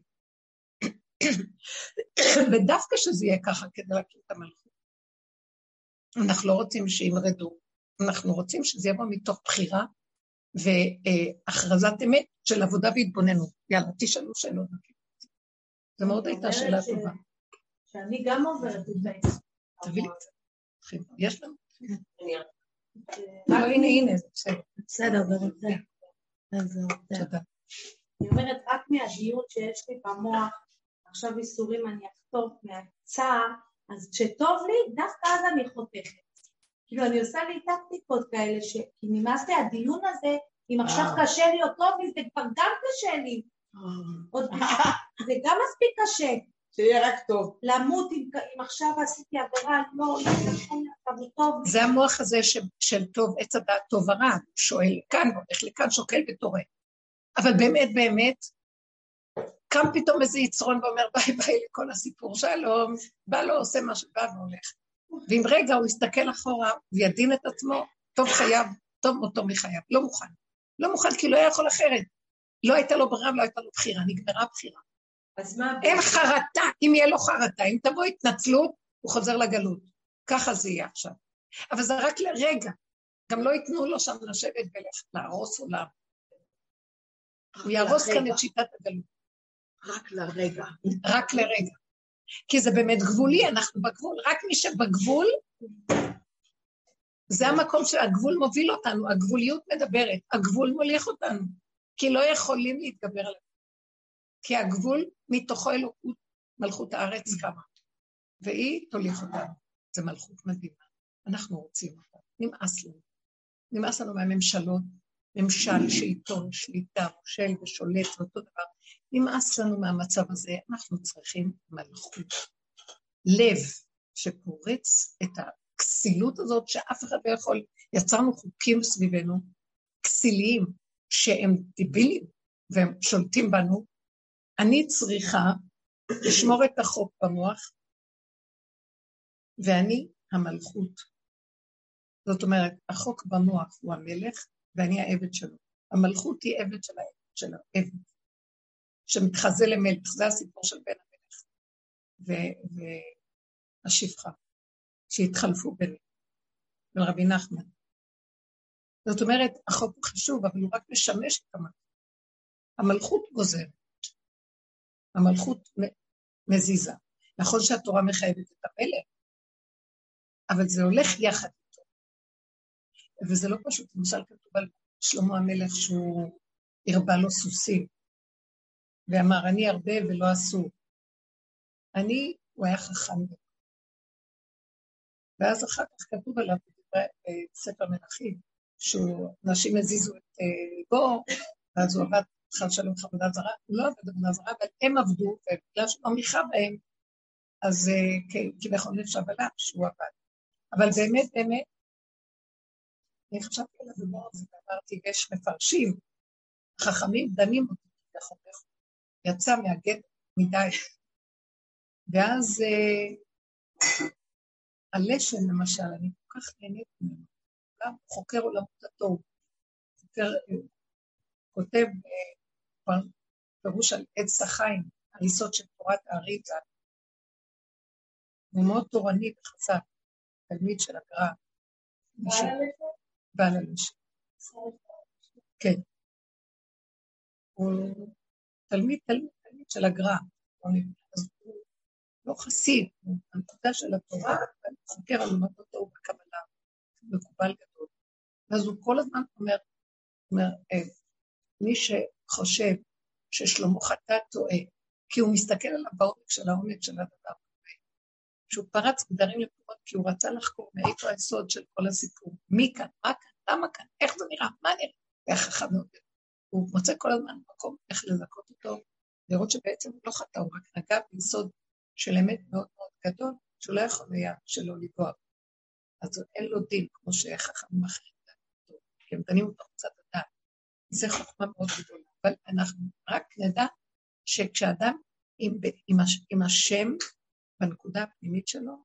ודווקא שזה יהיה ככה כדי להקים את המלכות. אנחנו לא רוצים שימרדו, אנחנו רוצים שזה יבוא מתוך בחירה והכרזת אמת של עבודה והתבוננות. יאללה, תשאלו שאלות. זה מאוד הייתה שאלה טובה. שאני גם עוברת את זה. תביא לי קצת. יש לנו? לא, הנה, הנה, בסדר. בסדר, ברצה. תודה. אני אומרת, רק מהדיון שיש לי במוח, עכשיו איסורים אני אחטוף מהצער, אז כשטוב לי, דווקא אז אני חותכת. כאילו, אני עושה לי טקטיקות כאלה, כי נמאס לי הדיון הזה, אם עכשיו קשה לי או טוב לי, זה כבר גם קשה לי. זה גם מספיק קשה. שיהיה רק טוב. למות, אם עכשיו עשיתי עבירה, לא, לא, לא, טוב. זה המוח הזה של טוב, עץ הדעת טוב ורע, שואל כאן, הולך לכאן, שוקל ותורא. אבל באמת, באמת, קם פתאום איזה יצרון ואומר ביי ביי לכל הסיפור שלום, בא לו עושה מה שבא והולך. ואם רגע הוא יסתכל אחורה וידין את עצמו, טוב חייב, טוב מותו מחייו, לא מוכן. לא מוכן כי לא היה יכול אחרת. לא הייתה לו ברירה ולא הייתה לו בחירה, נגמרה בחירה. אז מה? אין חרטה, אם יהיה לו חרטה, אם תבוא התנצלות, הוא חוזר לגלות. ככה זה יהיה עכשיו. אבל זה רק לרגע. גם לא ייתנו לו שם לשבת ולהרוס עולם. הוא יהרוס כאן את שיטת הגלות. רק לרגע. רק לרגע. כי זה באמת גבולי, אנחנו בגבול. רק מי שבגבול, זה המקום שהגבול מוביל אותנו, הגבוליות מדברת, הגבול מוליך אותנו, כי לא יכולים להתגבר עליו. כי הגבול מתוכו אלוקות מלכות הארץ קמה, והיא תוליך אותנו. זה מלכות מדהימה. אנחנו רוצים אותה. נמאס לנו. נמאס לנו מהממשלות, ממשל, שלטון, שליטה, מושל ושולט, ואותו דבר. נמאס לנו מהמצב הזה, אנחנו צריכים מלכות. לב שפורץ את הכסילות הזאת, שאף אחד לא יכול, יצרנו חוקים סביבנו, כסיליים, שהם דיבילים, והם שולטים בנו. אני צריכה לשמור את החוק במוח, ואני המלכות. זאת אומרת, החוק במוח הוא המלך, ואני העבד שלו. המלכות היא עבד של העבד של העבד, שמתחזה למלך. זה הסיפור של בן המלך והשפחה, שהתחלפו ביניהם, בין רבי נחמן. זאת אומרת, החוק הוא חשוב, אבל הוא רק משמש את המלכות. המלכות גוזרת. המלכות מזיזה. נכון שהתורה מחייבת את המלך, אבל זה הולך יחד איתו. וזה לא פשוט. למשל כתוב על שלמה המלך שהוא הרבה לו סוסים, ואמר, אני הרבה ולא עשו. אני, הוא היה חכם. ואז אחר כך כתוב עליו בספר מלכים, שאנשים הזיזו את ליבו, ואז הוא עבד חד שלום חבודה זרה, הוא לא עבד עבודה זרה, אבל הם עבדו, ובגלל שממיכה בהם, אז כביכול נחשב עליו שהוא עבד. אבל באמת, באמת, אני חשבתי על הדבר הזה, ואמרתי, יש מפרשים, חכמים דנים אותי, יצא מהגט מדי. ואז הלשן, למשל, אני כל כך נהנית ממנו, גם חוקר עולמות הטוב, חוקר, כותב פירוש על עץ החיים, הריסות של תורת האריזה, הוא מאוד תורני וחזק, תלמיד של הגר"א. בעל הלשן. כן. הוא תלמיד, תלמיד, תלמיד של הגר"א. אז הוא לא חסיד, הוא הנקודה של התורה, אבל חוקר על עולמות הטוב בקבלה, מקובל גדול. אז הוא כל הזמן אומר, אומר, מי שחושב ששלמה חטא טועה, כי הוא מסתכל עליו בעומק של העומק של הדבר, שהוא פרץ גדרים למקומות, כי הוא רצה לחקור מאיפה היסוד של כל הסיפור. מי כאן? מה כאן? למה כאן? איך זה נראה? מה נראה? היה חכם מאוד. הוא מוצא כל הזמן מקום איך לזכות אותו, לראות שבעצם הוא לא חטא, הוא רק נגע ביסוד של אמת מאוד מאוד גדול, שהוא לא יכול היה שלא לגוע. אז אין לו דין, כמו שחכמים אחרים דנים, כי הם דנים אותו קצת הדעת. זה חוכמה מאוד גדולה, אבל אנחנו רק נדע שכשאדם עם, עם, עם השם, בנקודה הפנימית שלו,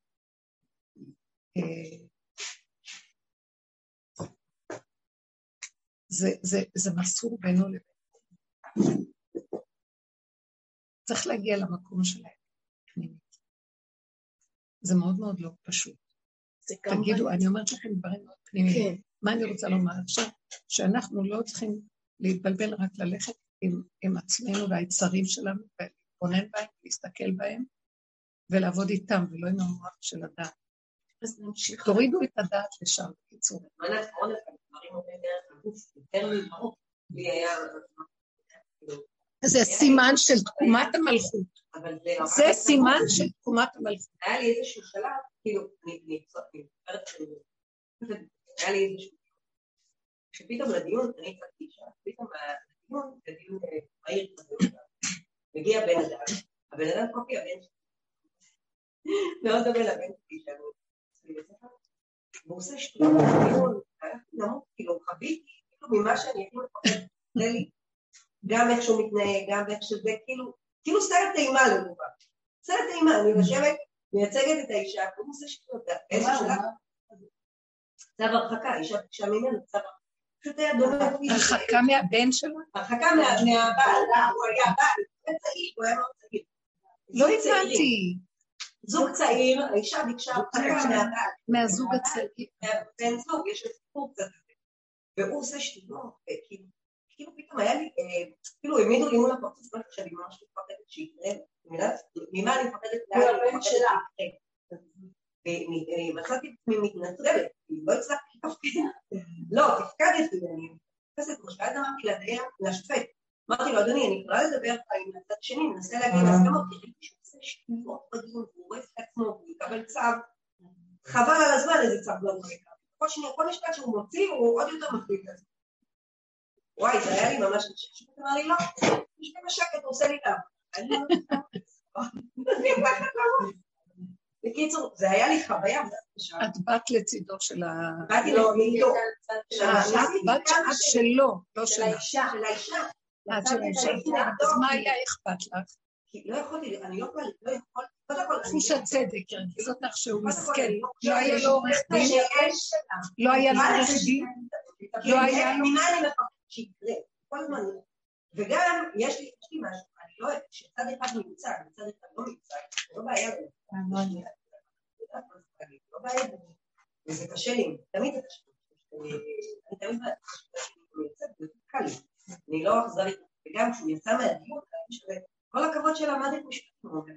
זה, זה, זה מסור בינו לבין. צריך להגיע למקום שלהם, פנימית. זה מאוד מאוד לא פשוט. תגידו, אני אומרת לכם דברים מאוד פנימיים. מה אני רוצה לומר עכשיו? שאנחנו לא צריכים להתבלבל רק ללכת עם, עם עצמנו והיצרים שלנו, ולהתבונן בהם, להסתכל בהם, ולעבוד איתם, ולא עם המוח של הדעת. אז נמשיך. תורידו את הדעת לשם, בקיצור. מה נכון, אבל דברים עובדים דרך הגוף, יותר מלמרות, לי היה... זה סימן של תקומת המלכות. זה סימן של תקומת המלכות. היה לי איזשהו שלב, כאילו, אני זוכרת שאני... היה לי איזשהו... שפתאום לדיון, אני הצגתי שם, פתאום לדיון, זה דיון מהיר, מגיע בן אדם, הבן אדם קופי הבן שלי. מאוד דומה לבן שלי שלנו. והוא עושה שטויות בדיון, נמות, כאילו, חביתי, כאילו, ממה שאני יכולת לפחד, זה לי, גם איך שהוא מתנהג, גם איך שזה, כאילו, כאילו סרט טעימה למובן. סרט טעימה, אני יושבת, מייצגת את האישה, הוא עושה שטויות, באיזה שלב? צו הרחקה, אישה ביקשה ממנו, צו הרחקה. פשוט היה דומה. הרחקה מהבן שלו? הרחקה מהבעל, הוא היה בעל, הוא היה צעיר, הוא היה מאוד צעיר. לא הבנתי. זוג צעיר, האישה ביקשה הרחקה מהבעל. מהזוג הצעיר. בן זוג, יש סיפור קצת כזה. והוא עושה שטויות, כאילו פתאום היה לי, כאילו העמידו לי מול הפרצוף משהו שאני ממש מפחדת שיקרה, ממה אני מפחדת? הוא הבן שלה. ומצאתי את עצמי מתנטרלת, לא הצלחתי תפקיד, לא, תפקדתי, ואני מתפסת ראש, ואז אמרתי לדעה, לשופט, אמרתי לו, אדוני, אני יכולה לדבר עם הצד שני, מנסה להגיד להסכמות, כי שהוא עושה שטויות בדיון, והוא הורס את עצמו, והוא יקבל צו, חבל על הזמן איזה צו לא מריקה. כל שני, כל משפט שהוא מוציא, הוא עוד יותר מפליט את זה. וואי, זה היה לי ממש נשאר, אמר לי, לא, יש לי משקת, הוא עושה לי טעם. אני לא בקיצור, זה היה לי חוויה. את בת לצידו של ה... באתי לו, מידו. בת שלו, לא של האישה. של האישה. את של האישה. אז מה היה אכפת לך? כי לא יכולתי, אני לא יכולה, לא יכולה. חוש הצדק, הרגיז אותך שהוא מסכן. לא היה לו עורך דין? לא היה לו עורך דין? לא היה לו... ממה אני מפחדת שיקרה? כל הזמן. וגם, יש לי משהו, אני לא אוהבת, שצד אחד מיוצג, מצד אחד לא מיוצג, לא בעיה. לא בעיה. וזה קשה לי, תמיד זה קשה. אני תמיד מיוצג, זה קל לי. אני לא אכזרית, וגם כשהוא יצא מהדיון, כל הכבוד של המדק משפטים אומר.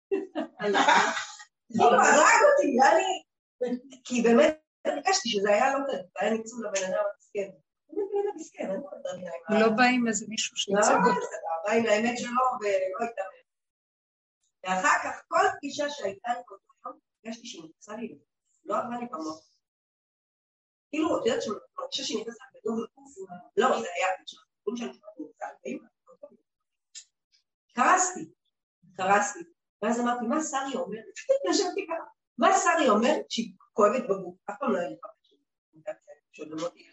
הוא הרג אותי, היה לי, כי באמת הרגשתי שזה היה לא טוב, והיה ניצול לבן אדם המסכן. הוא לא בא עם איזה מישהו שיצג אותו. לא, הוא בא עם האמת שלו ולא התאמן. ואחר כך כל פגישה שהייתה לי כל יום, הרגשתי שהיא נכנסה לי, לא עברה לי במוח. כאילו, את יודעת שמרגישה שהיא נכנסה בדום לקוף, לא, זה היה, כשהחלטון שאני נכנסה לפעמים, קרסתי, קרסתי. ואז אמרתי, מה שרי אומרת? ישבתי ככה. מה שרי אומרת שהיא כואבת בגוף? אף פעם לא היה לי חפש. שעוד לא תהיה.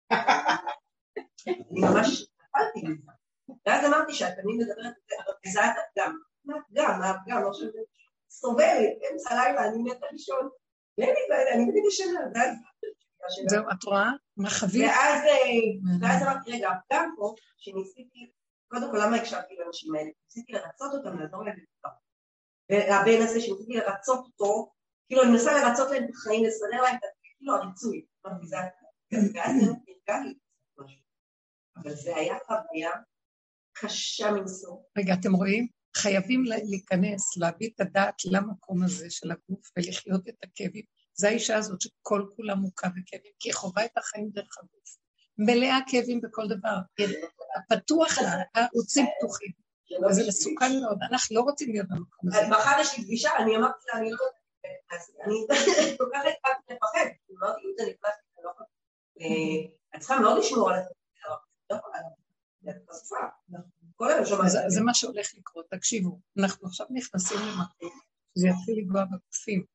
אני ממש נפלתי מזה. ואז אמרתי שאת תמיד מדברת את זה, אבל זה את הפגם. מה הפגם? מה הפגם? לא שאני סובלת, אמצע לילה, אני מתה לישון. ואין לי בעיה, אני בדיוק ישנה, זהו, את רואה? מה חווית? ואז אמרתי, רגע, הפגם פה, שניסיתי, קודם כל, למה הקשבתי לאנשים האלה? ניסיתי לרצות אותם, לעזור להם בטוח. והבן הזה שניסיתי לרצות אותו, כאילו אני מנסה לרצות להם את החיים, לסדר להם את כאילו הריצוי. ואז זה נרגע לי משהו. אבל זה היה חוויה קשה מנסור. רגע, אתם רואים? חייבים להיכנס, להביא את הדעת למקום הזה של הגוף ולחיות את הכאבים. זו האישה הזאת שכל כולה מוכה בכאבים, כי היא חובה את החיים דרך הגוף. מלאה כאבים בכל דבר. הפתוח לה, הערוצים פתוחים. וזה מסוכן מאוד, אנחנו לא רוצים להיות במקום הזה. מחר יש לי פגישה, אני אמרתי לה, אני לא יודעת, אני כל כך התפקתי לפחד, אמרתי, אם זה נפלט, אני לא יכולה. את צריכה מאוד לשמור על זה, לא יכולה, את חשופה. כל היום שומעת. זה מה שהולך לקרות, תקשיבו, אנחנו עכשיו נכנסים למקום, זה יתחיל לגוע בגופים,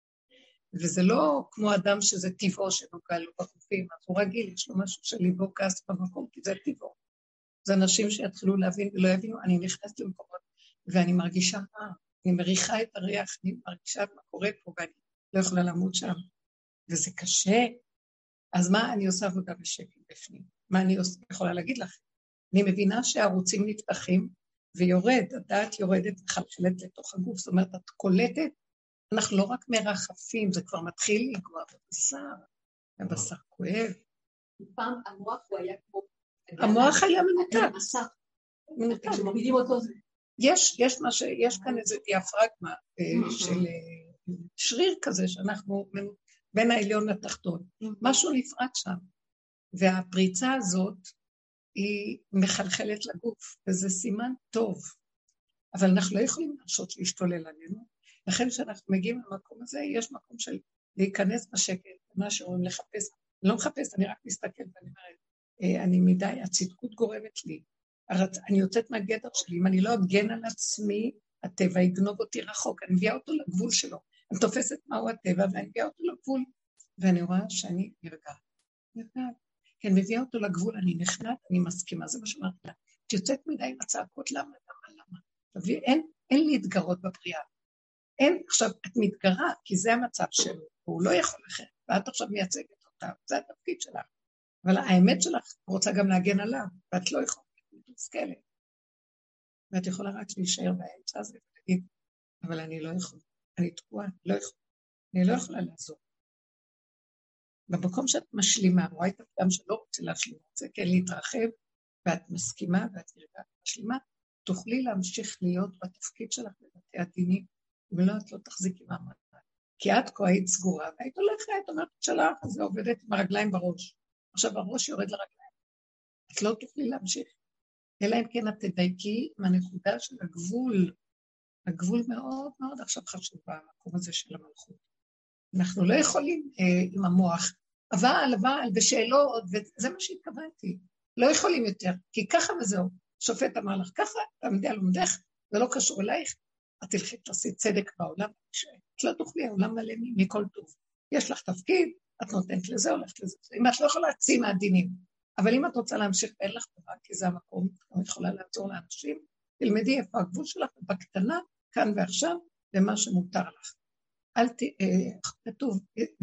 וזה לא כמו אדם שזה טבעו שנוגע לו בגופים, אז הוא רגיל, יש לו משהו שליבו גס במקום, כי זה טבעו. זה אנשים שיתחילו להבין ולא יבינו, אני נכנסת למקומות, ואני מרגישה, אה, אני מריחה את הריח, אני מרגישה מה קורה פה, ואני לא יכולה לעמוד שם, וזה קשה. אז מה אני עושה עבודה בשקט בפנים? מה אני עושה, יכולה להגיד לכם? אני מבינה שהערוצים נפתחים, ויורד, הדעת יורדת וחלחלת לתוך הגוף, זאת אומרת, את קולטת, אנחנו לא רק מרחפים, זה כבר מתחיל לגוע בבשר, הבשר כואב. פעם המוח הוא היה כמו... המוח היה מנותק. מנותק, שמובילים אותו זה. יש, יש מה ש... יש כאן איזה דיאפרגמה של שריר כזה, שאנחנו בין העליון לתחתון. משהו נפרד שם. והפריצה הזאת, היא מחלחלת לגוף, וזה סימן טוב. אבל אנחנו לא יכולים להרשות להשתולל עלינו. לכן כשאנחנו מגיעים למקום הזה, יש מקום של להיכנס בשקט, מה שאומרים לחפש. אני לא מחפש, אני רק מסתכל ואני אומרת, אני מדי, הצדקות גורמת לי. אני יוצאת מהגדר שלי, אם אני לא אגן על עצמי, הטבע יגנוב אותי רחוק, אני מביאה אותו לגבול שלו. אני תופסת מהו הטבע, ואני מביאה אותו לגבול. ואני רואה שאני נרגעת. נרגעת. כי אני מביאה אותו לגבול, אני נכנעת, אני מסכימה, זה מה שאמרתי לה. את יוצאת מדי עם הצעקות, למה, למה, למה? תביא, אין, אין להתגרות בבריאה. אין, עכשיו, את מתגרה, כי זה המצב שלו, הוא לא יכול אחר, ואת עכשיו מייצגת אותה, זה התפקיד שלך. אבל האמת שלך רוצה גם להגן עליו, ואת לא יכולה, את מושכלת. ואת יכולה רק להישאר באמצע הזה, ולהגיד, אבל אני לא יכולה, אני תקועה, לא יכולה, אני לא יכולה לעזור. במקום שאת משלימה, רואה את הפגם שלא רוצה להשלים את זה, כן להתרחב, ואת מסכימה, ואת רגעת משלימה, תוכלי להמשיך להיות בתפקיד שלך בבתי הדינים, ולא, את לא תחזיקי מעמד. כי את כה היית סגורה, והיית הולכת, אומרת שלך, אז היא עובדת עם הרגליים בראש. עכשיו הראש יורד לרגליים. את לא תוכלי להמשיך. אלא אם כן את תדייקי מהנקודה של הגבול. הגבול מאוד מאוד עכשיו חשוב במקום הזה של המלכות. אנחנו לא יכולים אה, עם המוח, אבל, אבל, ושאלות, וזה מה שהתכוונתי. לא יכולים יותר, כי ככה וזהו. שופט אמר לך, ככה, תעמדי על עומדך, זה לא קשור אלייך, את תלכי תעשי צדק בעולם, את לא תוכלי, העולם מלא מכל טוב. יש לך תפקיד, את נותנת לזה, הולכת לזה. אם את לא יכולה להציע מהדינים, אבל אם את רוצה להמשיך, אין לך דבר, כי זה המקום, את יכולה לעזור לאנשים, תלמדי איפה הגבול שלך, בקטנה, כאן ועכשיו, ומה שמותר לך. אל ת... כתוב,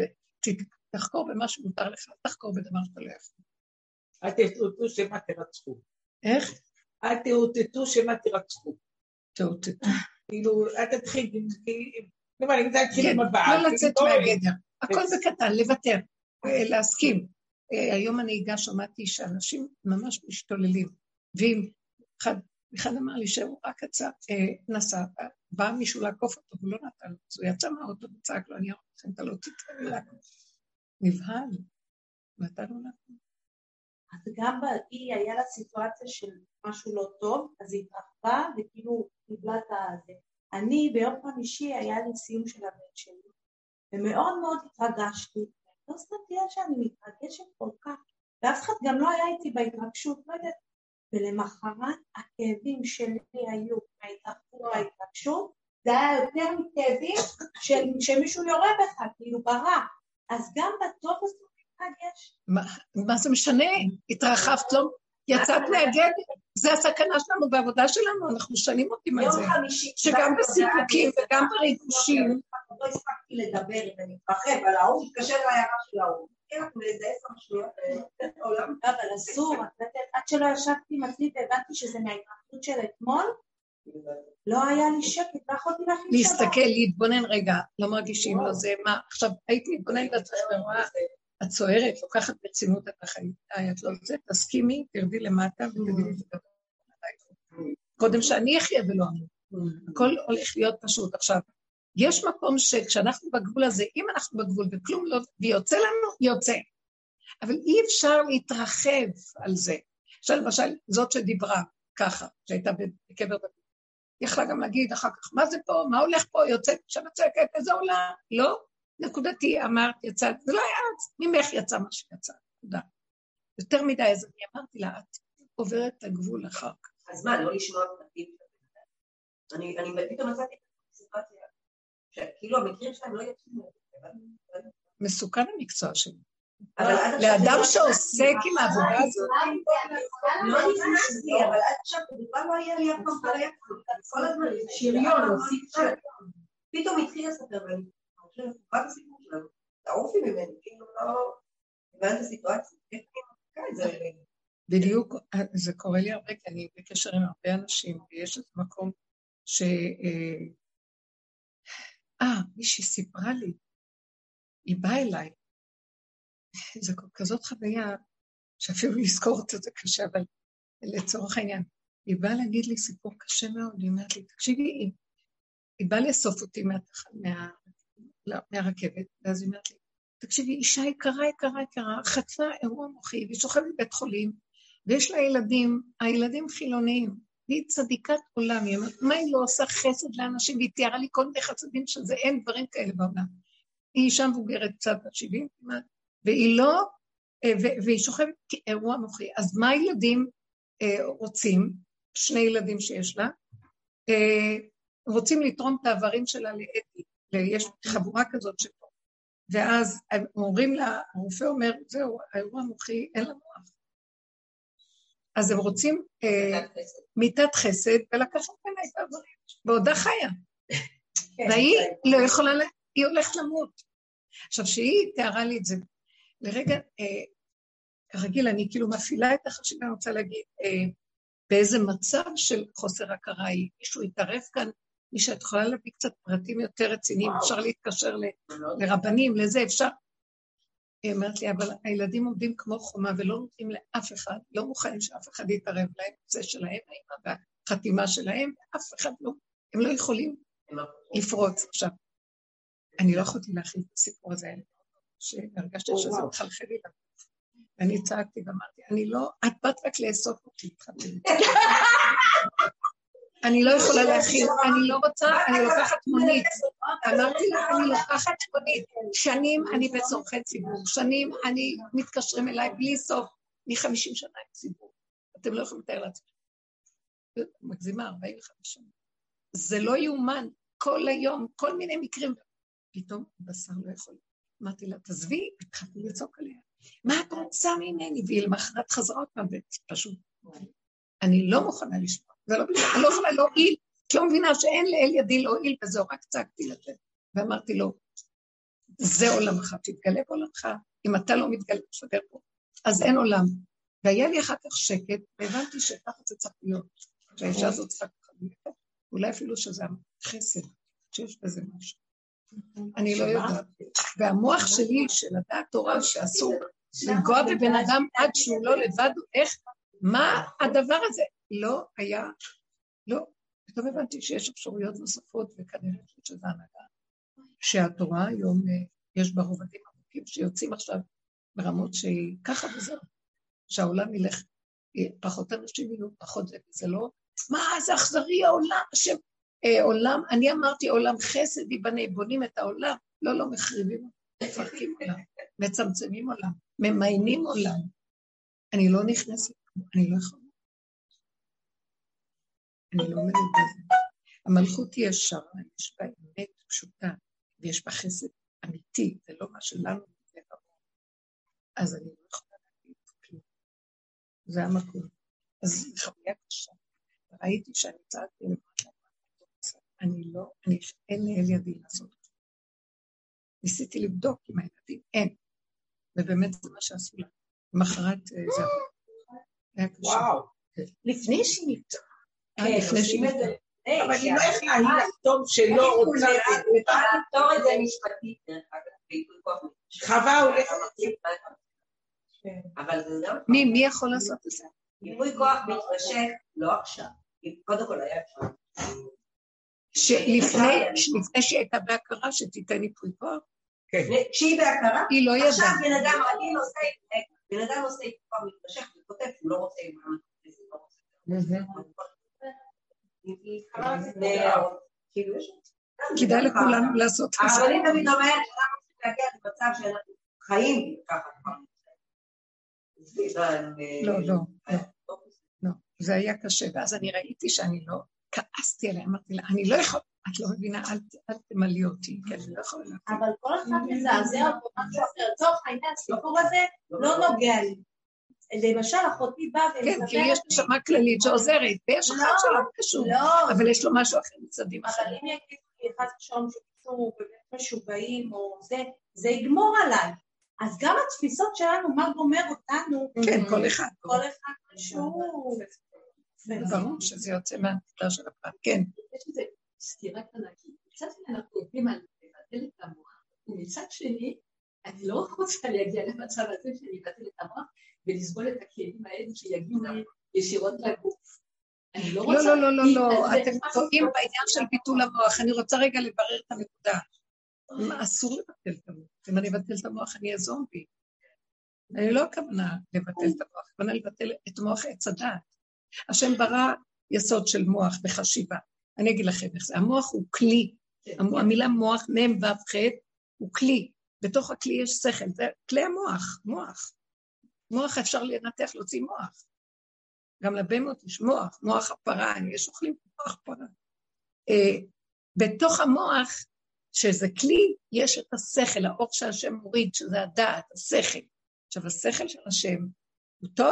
תחקור במה שמותר לך, תחקור בדבר שאתה לא יכול. אל תאותתו שמה תרצחו. איך? אל תאותתו שמה תרצחו. תאותתו. כאילו, אל תתחיל, כלומר, אם זה התחיל עם הבעל. לא לצאת מהגדר, הכל בקטן, לוותר, להסכים. היום הנהיגה שמעתי שאנשים ממש משתוללים, ואם אחד אמר לי שהוא רק נסע, בא מישהו לעקוף אותו, הוא לא נתן לו, אז הוא יצא מהאוטו וצעק לו, אני אראה לכם, אתה לא תתראה לעקוף. נבהל, ואתה לא נתן. אז גם היא היה לה סיטואציה של משהו לא טוב, אז היא התרחבה וכאילו קיבלה את הזה. אני ביום חמישי היה לי סיום של הבן שלי, ומאוד מאוד התרגשתי, לא סתמתי לה שאני מתרגשת כל כך, ואף אחד גם לא היה איתי בהתרגשות, לא יודעת, ולמחרת הכאבים שלי היו מההתרחבות וההתרגשות, זה היה יותר מכאבים שמישהו יורה בך, כאילו ברע, אז גם בטוב הזה מתרגש. מה זה משנה? התרחבת לו, יצאת מהגדר, זה הסכנה שלנו בעבודה שלנו, אנחנו שנים אותים על זה, שגם בסיפוקים וגם בריגושים. לא הספקתי לדבר אם אני מתרחב, על ההוא מתקשר להערה של ההוא. כן, לאיזה עשר משמעויות בעולם. אבל אסור, עד שלא ישבתי עם עצמי והבנתי שזה מההתרחבות של אתמול, לא היה לי שקט, לא יכולתי להכין שבת. להסתכל, להתבונן רגע, לא מרגישים לו זה, מה, עכשיו הייתי להתבונן בעצמך ורואה, את צוערת, לוקחת ברצינות את החיים, את לא רוצה, תסכימי, תרדי למטה ותגידי את זה. קודם שאני אחיה ולא אמור. הכל הולך להיות פשוט. עכשיו, יש מקום שכשאנחנו בגבול הזה, אם אנחנו בגבול וכלום לא, ויוצא לנו, יוצא. אבל אי אפשר להתרחב על זה. עכשיו, למשל, זאת שדיברה ככה, שהייתה בקבר בגבול. יכלה גם להגיד אחר כך, מה זה פה, מה הולך פה, יוצא, שם צעקת, איזה עולה? לא, נקודתי, אמרת, יצאת, זה לא היה אז, ממך יצא מה שיצא, תודה. יותר מדי, אז אני אמרתי לה, את עוברת את הגבול אחר כך. אז מה, לא לשמוע פרטים? אני פתאום מצאתי את הסיטואציה, שכאילו המקרים שלהם לא יצאו. מסוכן המקצוע שלי. לאדם שעוסק עם העבודה הזאת. לא נכנסתי, אבל עד עכשיו, בכלל לא היה לי אף פעם חלק, כל הזמן שריון, פתאום התחיל לספר, ואני חושבת, מה בסיפור שלנו? תעופי ממני, כאילו לא... הבנת הסיטואציה, איך אני מקרה את זה? בדיוק, זה קורה לי הרבה, כי אני בקשר עם הרבה אנשים, ויש את מקום ש... אה, מישהי סיפרה לי, היא באה אליי, זו כזאת חוויה, שאפילו לזכור את זה קשה, אבל לצורך העניין, היא באה להגיד לי סיפור קשה מאוד, היא אומרת לי, תקשיבי, היא, היא באה לאסוף אותי מהתח... מה... מהרכבת, ואז היא אומרת לי, תקשיבי, אישה יקרה, יקרה, יקרה, חטפה אירוע מוחי, והיא שוכבת בבית חולים, ויש לה ילדים, הילדים חילוניים, והיא צדיקת עולם, היא אומרת, מה היא לא עושה חסד לאנשים, והיא תיארה לי כל מיני חסדים שזה, אין דברים כאלה בעולם. היא אישה מבוגרת קצת שבעים, והיא לא, והיא שוכבת כאירוע מוחי. אז מה הילדים רוצים, שני ילדים שיש לה, רוצים לתרום את העברים שלה לאתי, יש חבורה כזאת שפה. ואז אומרים לה, הרופא אומר, זהו, האירוע המוחי אין לה מוח. אז הם רוצים מיטת חסד, ולקחת ממנה את הדברים, בעודה חיה. והיא לא יכולה, היא הולכת למות. עכשיו, שהיא תיארה לי את זה, לרגע, כרגיל, אני כאילו מפעילה את החשיבה, אני רוצה להגיד, באיזה מצב של חוסר הכרה היא, מישהו יתערף כאן, מי שאת יכולה להביא קצת פרטים יותר רציניים, אפשר להתקשר לרבנים, לזה אפשר. היא אמרת לי, אבל הילדים עומדים כמו חומה, ולא נותנים לאף אחד, לא מוכנים שאף אחד יתערב להם, זה שלהם, האמא והחתימה שלהם, אף אחד לא, הם לא יכולים לפרוץ. עכשיו, אני לא יכולתי להכין את הסיפור הזה, שהרגשתי שזה מחלחל לי לב. ואני צעקתי ואמרתי, אני לא, את באת רק לאסוף אותי, אני לא יכולה להכין, אני לא רוצה, אני לוקחת מונית. אמרתי לה, אני לוקחת מונית. שנים אני בצורכי ציבור, שנים אני מתקשרים אליי בלי סוף, מ-חמישים שנה עם ציבור. אתם לא יכולים לתאר לעצמם. מגזימה, ארבעים וחמש שנה. זה לא יאומן, כל היום, כל מיני מקרים. פתאום בשר לא יכול. אמרתי לה, תזבי, התחלתי לצעוק עליה. מה את רוצה ממני? והיא למחרת חזרה אותה, פשוט. אני לא מוכנה לשמוע. ולא, אני לא יכולה להועיל, כי לא מבינה שאין לאל ידי להועיל, וזהו, רק צעקתי לתת. ואמרתי לו, זה עולמך, תתגלה בעולמך, אם אתה לא מתגלה, תשדר פה, אז אין עולם. והיה לי אחר כך שקט, והבנתי שככה זה צריך להיות, שהאישה הזאת צריכה ככה, אולי אפילו שזה חסד, שיש בזה משהו. אני לא יודעת. והמוח שלי, של הדעת תורה, שאסור לנגוע בבן אדם עד שהוא לא לבד, איך, מה הדבר הזה? לא היה, לא, פתאום הבנתי שיש אפשרויות נוספות, וכנראה שזה הנהגה, שהתורה היום יש בה רובדים עמוקים, שיוצאים עכשיו ברמות שהיא ככה וזהו, שהעולם ילך, פחות אנשים יהיו, פחות זה, וזה לא, מה, זה אכזרי העולם, השם, אה, עולם, אני אמרתי עולם חסד, יבנה, בונים את העולם, לא, לא, מחריבים, מפרקים עולם, מצמצמים עולם, ממיינים עולם, אני לא נכנסת, אני לא יכולה. אני לא אומרת בזה. המלכות היא ישרה, יש בה אמת פשוטה, ויש בה חסד אמיתי, זה לא מה שלנו, אז אני לא יכולה להגיד כלום. זה המקום. אז חוויה קשה. ראיתי שאני צעקתי למטה, אני לא, אני, אין לי אל ידי לעשות את זה. ניסיתי לבדוק עם הילדים, אין. ובאמת זה מה שעשו לה. למחרת זה היה קשה. וואו. לפני שהיא נפתח. לפני שהיא נפתח. אבל היא לא יכולה לכתוב שלא רוצה... אפשר לפתור את זה משפטית, דרך אגב. חווה הולכת... אבל זה לא... מי, מי יכול לעשות את זה? ייפוי כוח מתמשך, לא עכשיו. קודם כל היה אפשר. שלפני שהיא הייתה בהכרה שתיתן ייפוי כוח? כשהיא בהכרה, היא לא ידעה. עכשיו בן אדם רגיל עושה, בן אדם עושה ייפוי כוח מתמשך וכותב שהוא לא רוצה עם כדאי לכולנו לעשות את זה. אבל אני תמיד אומרת שאנחנו צריכים להגיע למצב שאנחנו חיים ככה כבר. לא, לא, לא, זה היה קשה, ואז אני ראיתי שאני לא, כעסתי עליה, אמרתי לה, אני לא יכולה, את לא מבינה, אל תמלאי אותי, כי אני לא יכולה להגיד. אבל כל אחד מזעזע אותו משהו אחר, לצורך העניין, הסיפור הזה לא נוגע לי. למשל, אחותי באה ומספרת... כן, כי יש נשמה כללית שעוזרת, ויש אחד שלא קשור, אבל יש לו משהו אחר מצדים אחר. אבל אם יגיד לי אחד שום שקיצור באמת משוגעים או זה, זה יגמור עליי. אז גם התפיסות שלנו, מה גומר אותנו... כן, כל אחד. כל אחד משהו... ברור שזה יוצא מהנקודה של הפרט, כן. יש איזו סתירה קטנה, כי קצת אנחנו עובדים על לבטל את המוח, ומצד שני, אני לא רוצה להגיע למצב הזה שאני אבטל את המוח, ולסבול את הכלים האלה שיגיעו ישירות לגוף. לא, לא, לא, לא, לא, אתם טועים בעניין של ביטול המוח, אני רוצה רגע לברר את הנקודה. אסור לבטל את המוח, אם אני אבטל את המוח אני אהיה זומבי. אני לא הכוונה לבטל את המוח, הכוונה לבטל את מוח עץ הדעת. השם ברא יסוד של מוח בחשיבה. אני אגיד לכם איך זה, המוח הוא כלי, המילה מוח, מם וח' הוא כלי, בתוך הכלי יש שכל, זה כלי המוח, מוח. מוח אפשר לנתח, להוציא מוח. גם לבהמות יש מוח, מוח הפרה, יש אוכלים מוח פרה. Uh, בתוך המוח, שזה כלי, יש את השכל, האור שהשם מוריד, שזה הדעת, השכל. עכשיו, השכל של השם הוא טוב,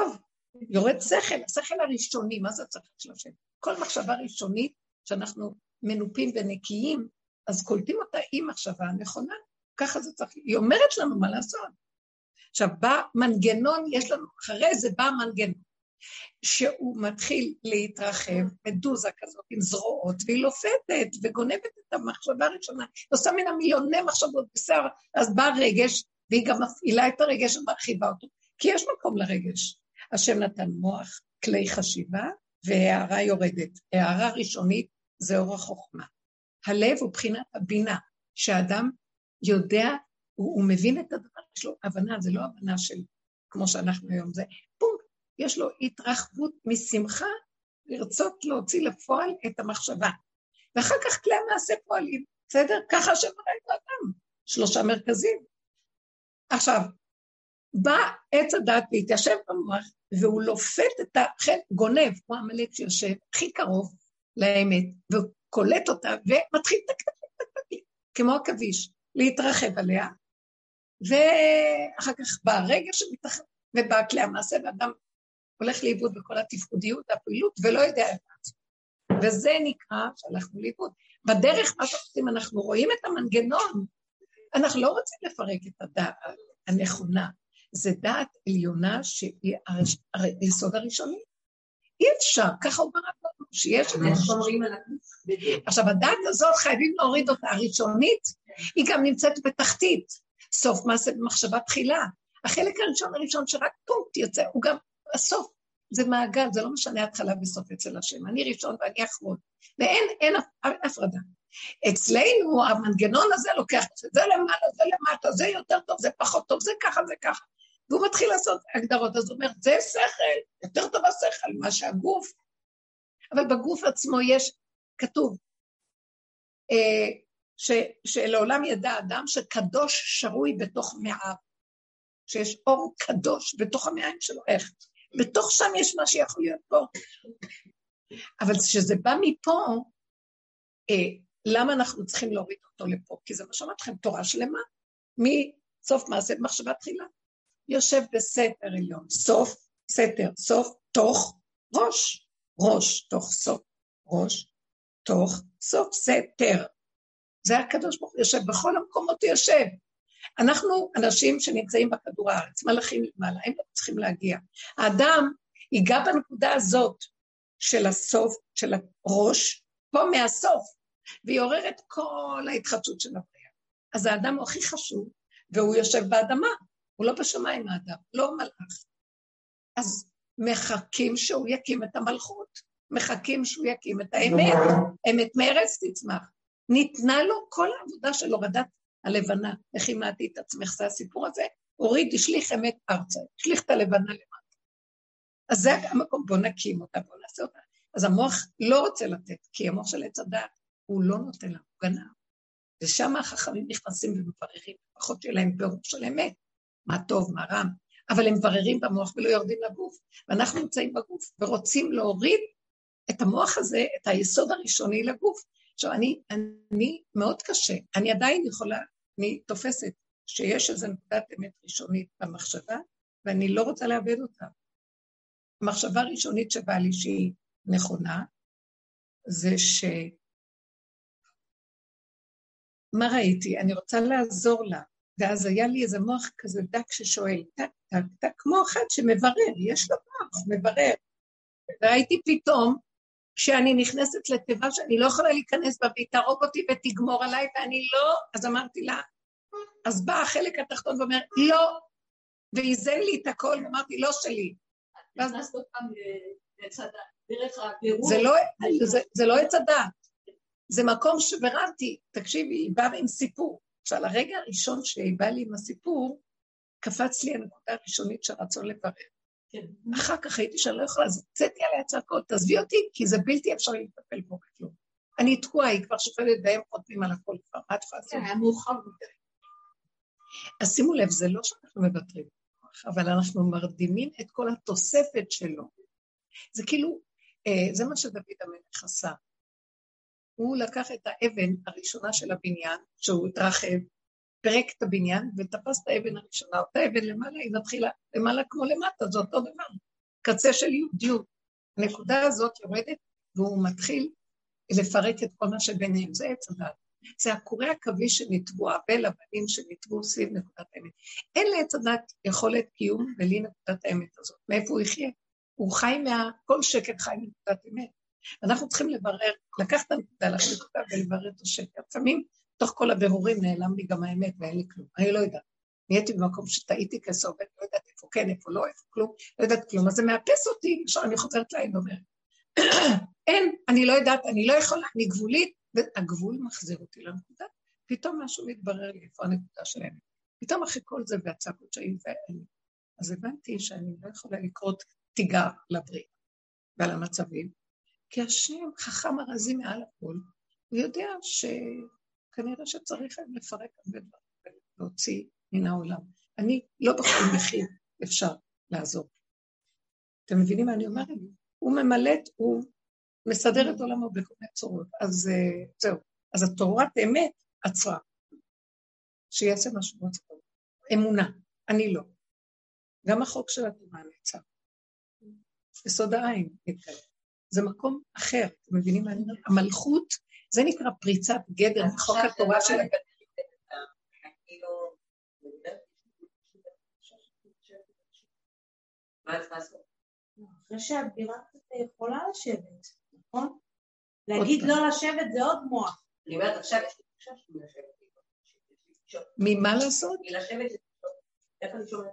יורד שכל, השכל הראשוני, מה זה השכל של השם? כל מחשבה ראשונית שאנחנו מנופים ונקיים, אז קולטים אותה עם מחשבה נכונה, ככה זה צריך, היא אומרת לנו מה לעשות. עכשיו, בא מנגנון, יש לנו, אחרי זה בא מנגנון, שהוא מתחיל להתרחב, מדוזה כזאת עם זרועות, והיא לופתת וגונבת את המחשבה הראשונה, עושה מן המיליוני מחשבות בסער, אז בא רגש, והיא גם מפעילה את הרגש ומרחיבה אותו, כי יש מקום לרגש. השם נתן מוח, כלי חשיבה, והערה יורדת. הערה ראשונית זה אור החוכמה. הלב הוא בחינת הבינה, שהאדם יודע, הוא, הוא מבין את הדבר, יש לו הבנה, זה לא הבנה של, כמו שאנחנו היום, זה פונקט, יש לו התרחבות משמחה, לרצות להוציא לפועל את המחשבה. ואחר כך כלי המעשה פועלים, בסדר? ככה שמראה את האדם, שלושה מרכזים. עכשיו, בא עץ הדעת להתיישב במוח, והוא לופת את החל, גונב, כמו המלך שיושב, הכי קרוב לאמת, והוא קולט אותה, ומתחיל תקתק, כמו הכביש, להתרחב עליה, ואחר כך בא הרגע שמתרחב, ובא כלי המעשה, ואדם הולך לאיבוד בכל התפקודיות, הפעילות, ולא יודע את זה. וזה נקרא שהלכנו לאיבוד. בדרך מה שעושים, אנחנו רואים את המנגנון, אנחנו לא רוצים לפרק את הדעת הנכונה, זה דעת עליונה שהיא היסוד הראשוני. אי אפשר, ככה הוא ברק לנו, שיש את זה. עכשיו, הדעת הזאת חייבים להוריד אותה, הראשונית, היא גם נמצאת בתחתית, סוף מעשה במחשבה תחילה. החלק הראשון הראשון שרק פונקט יוצא, הוא גם הסוף, זה מעגל, זה לא משנה התחלה וסוף אצל השם, אני ראשון ואני אחרון, ואין אין הפרדה. אצלנו המנגנון הזה לוקח, זה למעלה, זה למטה, זה יותר טוב, זה פחות טוב, זה ככה, זה ככה, והוא מתחיל לעשות הגדרות, אז הוא אומר, זה שכל, יותר טוב השכל, מה שהגוף, אבל בגוף עצמו יש, כתוב, אה, ש, שלעולם ידע אדם שקדוש שרוי בתוך מעיו, שיש אור קדוש בתוך המעיים שלו, איך? בתוך שם יש מה שיכול להיות פה. אבל כשזה בא מפה, אה, למה אנחנו צריכים להוריד אותו לפה? כי זה מה שאומרת לכם, תורה שלמה, מסוף מעשה במחשבה תחילה. יושב בסתר עליון, סוף, סתר, סוף, תוך, ראש, ראש, תוך, סוף, ראש, תוך, סוף, סתר. זה הקדוש ברוך הוא יושב, בכל המקומות הוא יושב. אנחנו אנשים שנמצאים בכדור הארץ, מלאכים למעלה, הם לא צריכים להגיע. האדם ייגע בנקודה הזאת של הסוף, של הראש, פה מהסוף, ויעורר את כל ההתחדשות של הבריאה. אז האדם הוא הכי חשוב, והוא יושב באדמה, הוא לא בשמיים האדם, לא מלאך. אז מחכים שהוא יקים את המלכות, מחכים שהוא יקים את האמת, אמת מארץ תצמח. ניתנה לו כל העבודה של הורדת הלבנה, איך אימדתי את עצמך, זה הסיפור הזה, הוריד, השליך אמת ארצה, השליך את הלבנה למטה. אז זה המקום, בוא נקים אותה, בוא נעשה אותה. אז המוח לא רוצה לתת, כי המוח של עץ הדעת, הוא לא נותן לה, הוא גנב. ושם החכמים נכנסים ומבררים, פחות שלהם פירוש של אמת, מה טוב, מה רע, אבל הם מבררים במוח ולא יורדים לגוף, ואנחנו נמצאים בגוף, ורוצים להוריד את המוח הזה, את היסוד הראשוני לגוף. עכשיו, אני, אני מאוד קשה, אני עדיין יכולה, אני תופסת שיש איזו נקודת אמת ראשונית במחשבה, ואני לא רוצה לאבד אותה. המחשבה הראשונית שבאה לי שהיא נכונה, זה ש... מה ראיתי? אני רוצה לעזור לה, ואז היה לי איזה מוח כזה דק ששואל, טק, טק, טק, כמו אחד שמברר, יש לו מוח, מברר. וראיתי פתאום, כשאני נכנסת לטבע שאני לא יכולה להיכנס בה, והיא תהרוג אותי ותגמור עליי, ואני לא, אז אמרתי לה, אז בא החלק התחתון ואומר, לא, ואיזן לי את הכל, ואמרתי, לא שלי. נכנסת אותם לצדה, דרך הגירור. זה לא יצדה, זה מקום שבררתי, תקשיבי, היא באה עם סיפור. עכשיו, הרגע הראשון שהיא באה לי עם הסיפור, קפץ לי הנקודה הראשונית שרצון לברר. אחר כך הייתי שאני לא יכולה, אז צאתי עליה צעקות, תעזבי אותי, כי זה בלתי אפשרי לטפל פה בכלום. אני תקועה, היא כבר שפלת והם חותמים על הכל כבר, מה תפעצו? כן, היה מאוחר מדי. אז שימו לב, זה לא שאנחנו מבטרים, אבל אנחנו מרדימים את כל התוספת שלו. זה כאילו, זה מה שדוד המלך עשה. הוא לקח את האבן הראשונה של הבניין, שהוא התרחב, פרק את הבניין, ותפס את האבן הראשונה, אותה אבן למעלה, היא מתחילה למעלה כמו למטה, זה אותו דבר. קצה של יהודיות. הנקודה הזאת יורדת, והוא מתחיל לפרק את כל מה שביניהם, זה עץ הדעת. זה הקורי הקווי שנטבו, הבל הבנים שנטבו סביב נקודת האמת. אין לעץ הדעת יכולת קיום בלי נקודת האמת הזאת. מאיפה הוא יחיה? הוא חי מה... כל שקר חי מנקודת אמת. אנחנו צריכים לברר, לקחת את הנקודה, להחלטה ולברר את השקר. לפעמים, תוך כל הבירורים נעלם לי גם האמת ואין לי כלום. אני לא יודעת. נהייתי במקום שטעיתי כסובב, לא יודעת איפה כן, איפה לא, איפה כלום, לא יודעת כלום. אז זה מאפס אותי, עכשיו אני חוזרת להם ואומרת, אין, אני לא יודעת, אני לא יכולה, אני גבולית, והגבול מחזיר אותי לנקודה, פתאום משהו מתברר לי איפה הנקודה שלהם. פתאום אחרי כל זה והצעקות שהיו ואני. אז הבנתי שאני לא יכולה לקרות תיגר לבריאה ועל המצבים, כי השם חכם הרזי מעל הכל, הוא יודע שכנראה שצריך לפרק הרבה דברים ולהוציא מן העולם. אני לא בכל מחיר אפשר לעזור. אתם מבינים מה אני אומרת? הוא ממלט, הוא מסדר את עולמו בכל מיני צורות. אז זהו. אז התורת אמת עצרה. שיעשה משהו עצרה. אמונה. אני לא. גם החוק של התורה נעצר. בסוד העין נתקדם. זה מקום אחר. אתם מבינים מה אני אומרת? המלכות, זה נקרא פריצת גדר בחוק התורה של הגדר. מה צריך לעשות? אחרי שהבירה יכולה לשבת, נכון? להגיד לא לשבת זה עוד מוח. אני אומרת עכשיו, יש לי תחושה שאני לשבת. ממה לעשות? מלשבת, איך אני שומעת?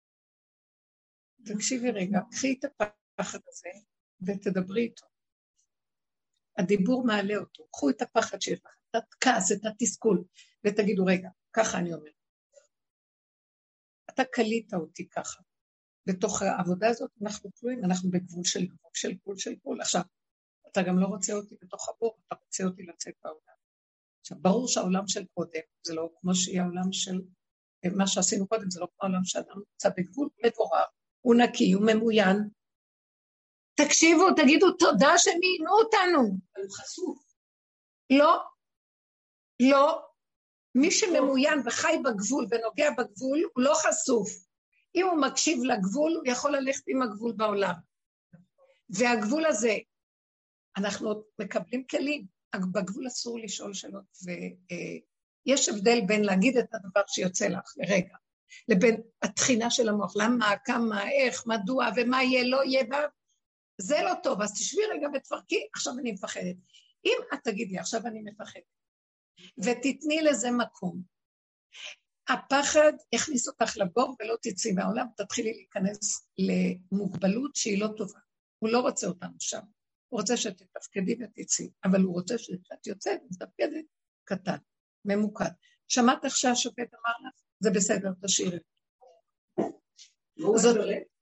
תקשיבי רגע, קחי את הפחד הזה ותדברי איתו. הדיבור מעלה אותו, קחו את הפחד שיש לך, את הכעס, את התסכול, ותגידו רגע, ככה אני אומרת. אתה קלית אותי ככה. בתוך העבודה הזאת אנחנו כלואים, אנחנו בגבול של גבול של גבול של גבול. עכשיו, אתה גם לא רוצה אותי בתוך הבור, אתה רוצה אותי לצאת בעולם. עכשיו, ברור שהעולם של קודם, זה לא כמו שהיא העולם של, מה שעשינו קודם, זה לא כמו העולם שאדם נמצא בגבול מבורר, הוא נקי, הוא ממוין. תקשיבו, תגידו תודה שמיינו אותנו. הוא חשוף. לא, לא. מי שממוין וחי בגבול ונוגע בגבול, הוא לא חשוף. אם הוא מקשיב לגבול, הוא יכול ללכת עם הגבול בעולם. והגבול הזה, אנחנו מקבלים כלים, בגבול אסור לשאול שאלות, ויש הבדל בין להגיד את הדבר שיוצא לך לרגע, לבין התחינה של המוח, למה, כמה, איך, מדוע, ומה יהיה, לא יהיה, זה לא טוב, אז תשבי רגע ותפרקי, עכשיו אני מפחדת. אם את תגידי, עכשיו אני מפחדת, ותתני לזה מקום, הפחד הכניס אותך לבור ולא תצאי מהעולם, תתחילי להיכנס למוגבלות שהיא לא טובה. הוא לא רוצה אותנו שם. הוא רוצה שתתפקדי ותצאי, אבל הוא רוצה שאת יוצאת ותפקדת קטן, ממוקד. שמעת איך שהשופט אמר לך? זה בסדר, תשאירי. זאת...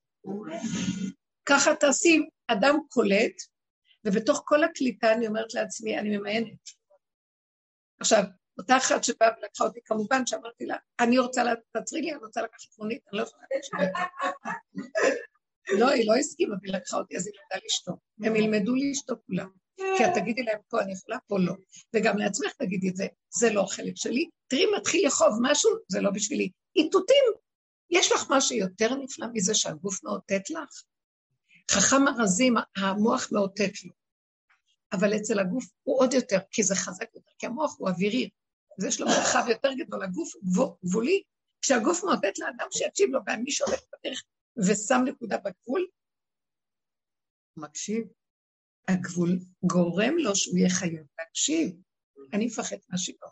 ככה תעשי, אדם קולט, ובתוך כל הקליטה אני אומרת לעצמי, אני ממיינת. עכשיו, אותה אחת שבאה ולקחה אותי, כמובן שאמרתי לה, אני רוצה, תעצרי לי, אני רוצה לקחת מונית, אני לא יכולה לשבת. לא, היא לא הסכימה והיא לקחה אותי, אז היא למדה לשתוק. הם ילמדו לשתוק כולם. כי את תגידי להם, פה אני יכולה, פה לא. וגם לעצמך תגידי את זה, זה לא החלק שלי. תראי, מתחיל לחוב משהו, זה לא בשבילי. איתותים, יש לך משהו יותר נפלא מזה שהגוף מאותת לך? חכם הרזים, המוח מאותת לו. אבל אצל הגוף הוא עוד יותר, כי זה חזק יותר, כי המוח הוא אווירי. אז יש לו מרחב יותר גדול, הגוף הוא גבולי. כשהגוף מאותת לאדם שיקשיב לו, ומי שהולך בדרך ושם נקודה בגבול, הוא מקשיב. הגבול גורם לו שהוא יהיה חייב להקשיב. אני מפחד מהשיגעון.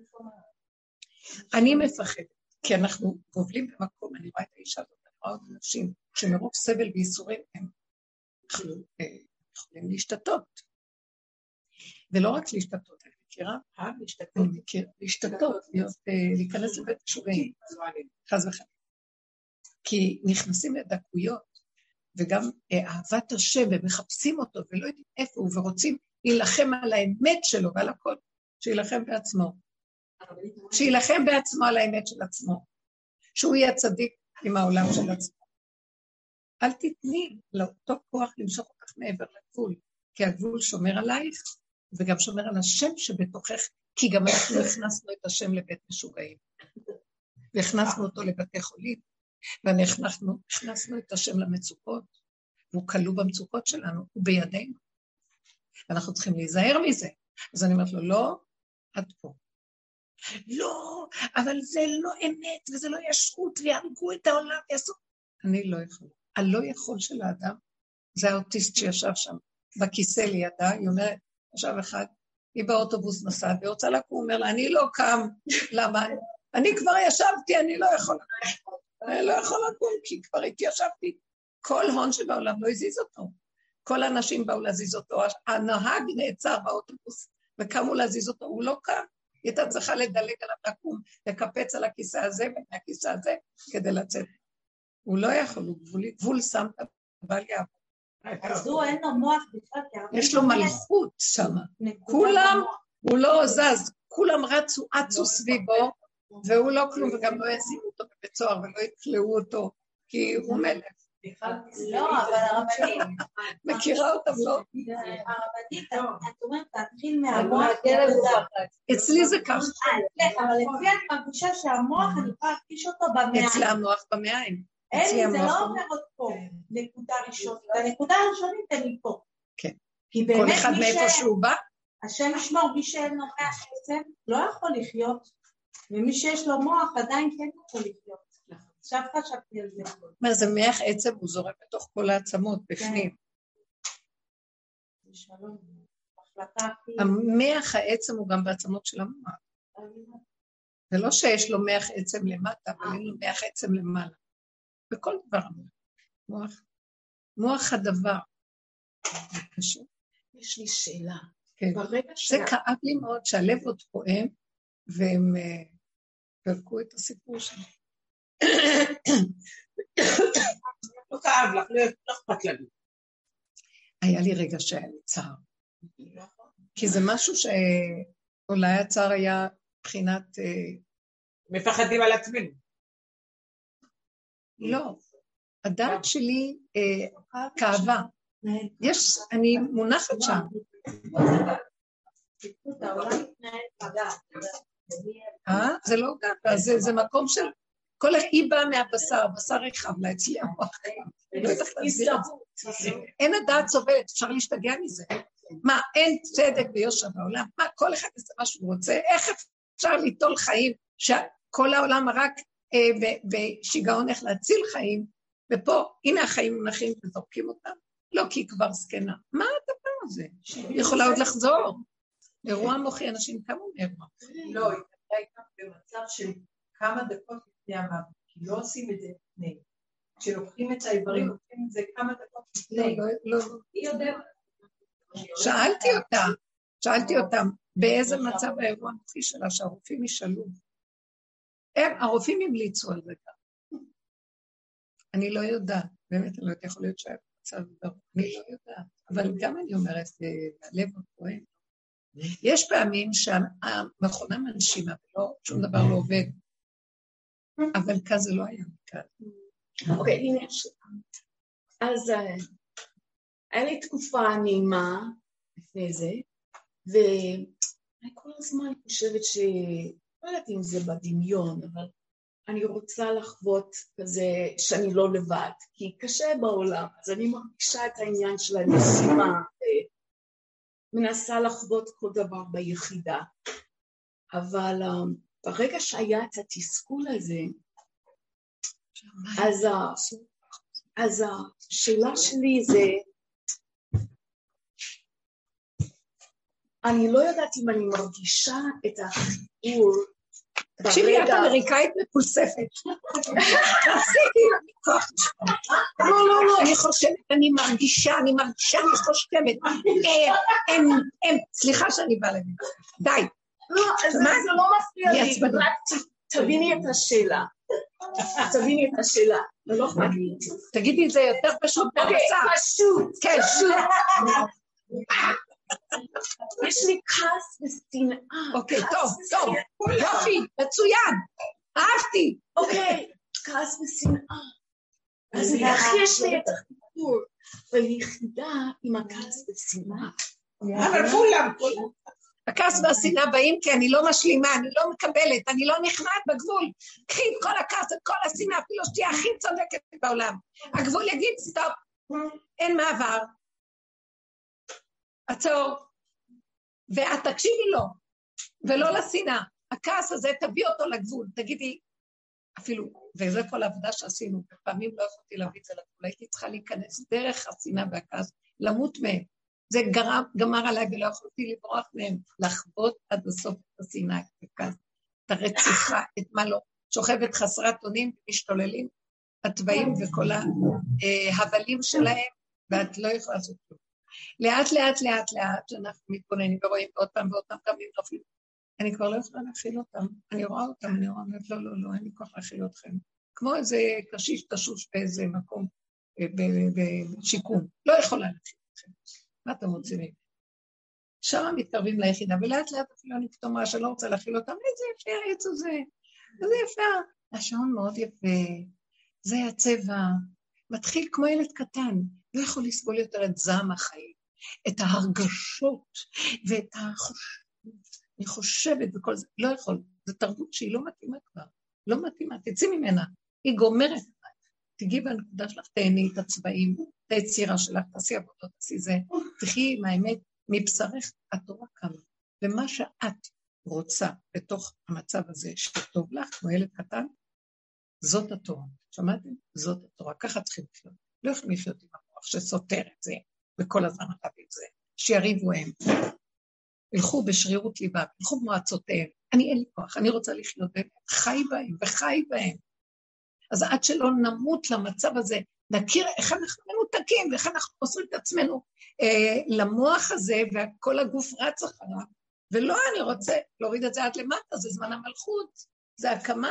אני מפחדת, כי אנחנו גובלים במקום, אני רואה את האישה הזאת, אני רואה עוד אנשים, שמרוב סבל וייסורים הם יכולים להשתתות. ולא רק להשתתות, אני מכירה, אני מכירה, להשתתות, להיכנס לבית משוגעים, חס וחלילה. כי נכנסים לדקויות, וגם אהבת השם, ומחפשים אותו, ולא יודעים איפה הוא, ורוצים להילחם על האמת שלו, ועל הכל, שילחם בעצמו. שילחם בעצמו על האמת של עצמו. שהוא יהיה צדיק עם העולם של עצמו. אל תתני לאותו כוח למשוך אותך מעבר לגבול, כי הגבול שומר עלייך, וגם שומר על השם שבתוכך, כי גם אנחנו הכנסנו את השם לבית משוגעים. והכנסנו אותו לבתי חולים, והכנסנו את השם למצוקות, והוא כלוא במצוקות שלנו, הוא בידינו. ואנחנו צריכים להיזהר מזה. אז אני אומרת לו, לא, עד פה. לא, אבל זה לא אמת, וזה לא ישרות, ויענקו את העולם, ויעשו. אני לא יכול. הלא יכול של האדם, זה האוטיסט שישב שם, בכיסא לידה, היא אומרת, עכשיו אחד, היא באוטובוס נסעת, והיא רוצה לקום, הוא אומר לה, אני לא קם, למה? אני כבר ישבתי, אני לא יכול לקום. אני לא יכול לקום, כי כבר התיישבתי. כל הון שבעולם לא הזיז אותו. כל האנשים באו להזיז אותו, הנהג נעצר באוטובוס, וקמו להזיז אותו, הוא לא קם. היא הייתה צריכה לדלג עליו לקום, לקפץ על הכיסא הזה ומהכיסא הזה, כדי לצאת. הוא לא יכול, הוא גבולי, גבול שם את הבל יעבור. אז הוא אין לו מוח בכלל, יש לו מלכות שם. כולם, הוא לא זז, כולם רצו, עצו סביבו, והוא לא כלום, וגם לא ישימו אותו בבית סוהר, ולא יקלעו אותו, כי הוא מלך. לא, אבל הרבנית... מכירה אותם, לא? הרבנית, את אומרת, תתחיל מהמוח... אצלי זה ככה. אבל לפי אני מרגישה שהמוח, אני יכולה להפגיש אותו במעיים. אצלה המוח במעיים. אין לי, זה לא אומר עוד פה, נקודה ראשונית. הנקודה הראשונית אני פה. כן. כל אחד מאיפה שהוא בא? השם ישמור, מי שאין לו מוח עצם, לא יכול לחיות. ומי שיש לו מוח עדיין כן יכול לחיות. עכשיו חשבתי על זה. מה זה מח עצם, הוא זורק בתוך כל העצמות, בפנים. המח העצם הוא גם בעצמות של המוח. זה לא שיש לו מח עצם למטה, אבל אין לו מח עצם למעלה. בכל דבר המוח. מוח הדבר. יש לי שאלה. זה כאב לי מאוד שהלב עוד פועם, והם פרקו את הסיפור שלהם. לא כאב לך, לא אכפת לנו. היה לי רגע שהיה לי צער. כי זה משהו שאולי הצער היה מבחינת... מפחדים על עצמנו. לא. הדעת שלי כאבה. יש, אני מונחת שם. אה? זה לא גאווה, זה מקום של... כל אי באה מהבשר, הבשר רחב לה אצלי המוח. לא יודעת להסביר את זה. אין הדעת סובלת, אפשר להשתגע מזה. מה, אין צדק ויושר בעולם? מה, כל אחד עושה מה שהוא רוצה? איך אפשר ליטול חיים שכל העולם רק בשיגעון איך להציל חיים, ופה, הנה החיים מונחים וזורקים אותם? לא, כי היא כבר זקנה. מה הדבר הזה? היא יכולה עוד לחזור. אירוע מוחי, אנשים קמו מאירוע. לא, היא הייתה במצב של כמה דקות לפני המוות, כי לא עושים את זה לפני. כשלוקחים את האיברים, לוקחים את זה כמה דקות לפני. לא, לא. היא יודעת. שאלתי אותם, שאלתי אותם, באיזה מצב האירוע המוחי שלה, שהרופאים ישאלו. הם, הרופאים המליצו על זה גם. אני לא יודעת, באמת, אני לא יודעת, יכול להיות שהיה במצב דבר, אני לא יודעת, אבל גם אני אומרת, הלב הפועם. יש פעמים שהמכונה מנשימה, ולא, שום דבר לא עובד, אבל כזה לא היה מכאן. אוקיי, הנה השאלה. אז היה לי תקופה נעימה לפני זה, ואני כל הזמן חושבת ש... לא יודעת אם זה בדמיון, אבל אני רוצה לחוות כזה שאני לא לבד, כי קשה בעולם, אז אני מרגישה את העניין של הנשימה, מנסה לחוות כל דבר ביחידה, אבל um, ברגע שהיה את התסכול הזה, אז, uh, אז השאלה שלי זה, אני לא יודעת אם אני מרגישה את החיבור, תקשיבי, את אמריקאית מפולספת. תפסיקי לכוח לשמוע. לא, לא, לא, אני חושבת, אני מרגישה, אני מרגישה, אני חושבת. הם, סליחה שאני באה להגיד. די. לא, זה לא מפריע לי, רק תביני את השאלה. תביני את השאלה. לא אכפת לי. תגידי את זה יותר פשוט. אוקיי, פשוט. כן, פשוט. יש לי כעס ושנאה. אוקיי, טוב, טוב, יופי, מצוין, אהבתי. אוקיי, כעס ושנאה. אז איך יש לי את החיבור ביחידה עם הכעס ושנאה? אבל כולם, כולם. הכעס והשנאה באים כי אני לא משלימה, אני לא מקבלת, אני לא נכנעת בגבול. קחי את כל הכעס, את כל השנאה, אפילו שתהיה הכי צודקת בעולם. הגבול יגיד סטופ, אין מעבר. עצור. ואת תקשיבי לו, ולא לשנאה. הכעס הזה תביא אותו לגבול. תגידי, אפילו, וזה כל העבודה שעשינו, בפעמים לא יכולתי להביא את זה לגבול, הייתי צריכה להיכנס דרך השנאה והכעס, למות מהם. זה גרם, גמר עליי ולא יכולתי לברוח מהם, לחוות עד הסוף את השנאה, את הכעס, את הרציחה, את מה לא, שוכבת חסרת אונים, משתוללים, הטבעים וכל ההבלים שלהם, ואת לא יכולה לעשות כלום. לאט לאט לאט לאט, אנחנו מתבוננים ורואים עוד פעם ועוד פעם גם אם נופלים, אני כבר לא יכולה להכיל אותם, אני רואה אותם, אני רואה, לא, לא, לא, אין לי כוח להכיל אתכם. כמו איזה קשיש תשוש באיזה מקום, בשיקום, לא יכולה להכיל אתכם. מה אתם רוצים? שם מתקרבים ליחידה, ולאט לאט אפילו אני פתאום רואה שלא רוצה להכיל אותם, איזה יפה העץ הזה, איזה יפה, השעון מאוד יפה, זה הצבע, מתחיל כמו ילד קטן, לא יכול לסבול יותר את זעם החיים, את ההרגשות, ואת החוש... אני חושבת וכל זה, לא יכול, זו תרבות שהיא לא מתאימה כבר, לא מתאימה, תצאי ממנה, היא גומרת, תגיעי בנקודה שלך, תהני את הצבעים, את היצירה שלך, תעשי עבודות, תעשי זה, תחי עם האמת, מבשרך התורה כמה, ומה שאת רוצה בתוך המצב הזה, שטוב לך, כמו ילד קטן, זאת התורה, שמעתם? זאת התורה, ככה צריכים לחיות, לא יכולים לחיות עם המוח שסותר את זה, וכל הזמן להביא את זה, שיריבו הם, ילכו בשרירות ליבם, ילכו במועצותיהם, אני אין לי כוח, אני רוצה לחיות בהם, חי בהם וחי בהם. אז עד שלא נמות למצב הזה, נכיר איך אנחנו מנותקים, ואיך אנחנו עושים את עצמנו אה, למוח הזה, וכל הגוף רץ אחריו, ולא אני רוצה להוריד את זה עד למטה, זה זמן המלכות, זה הקמה,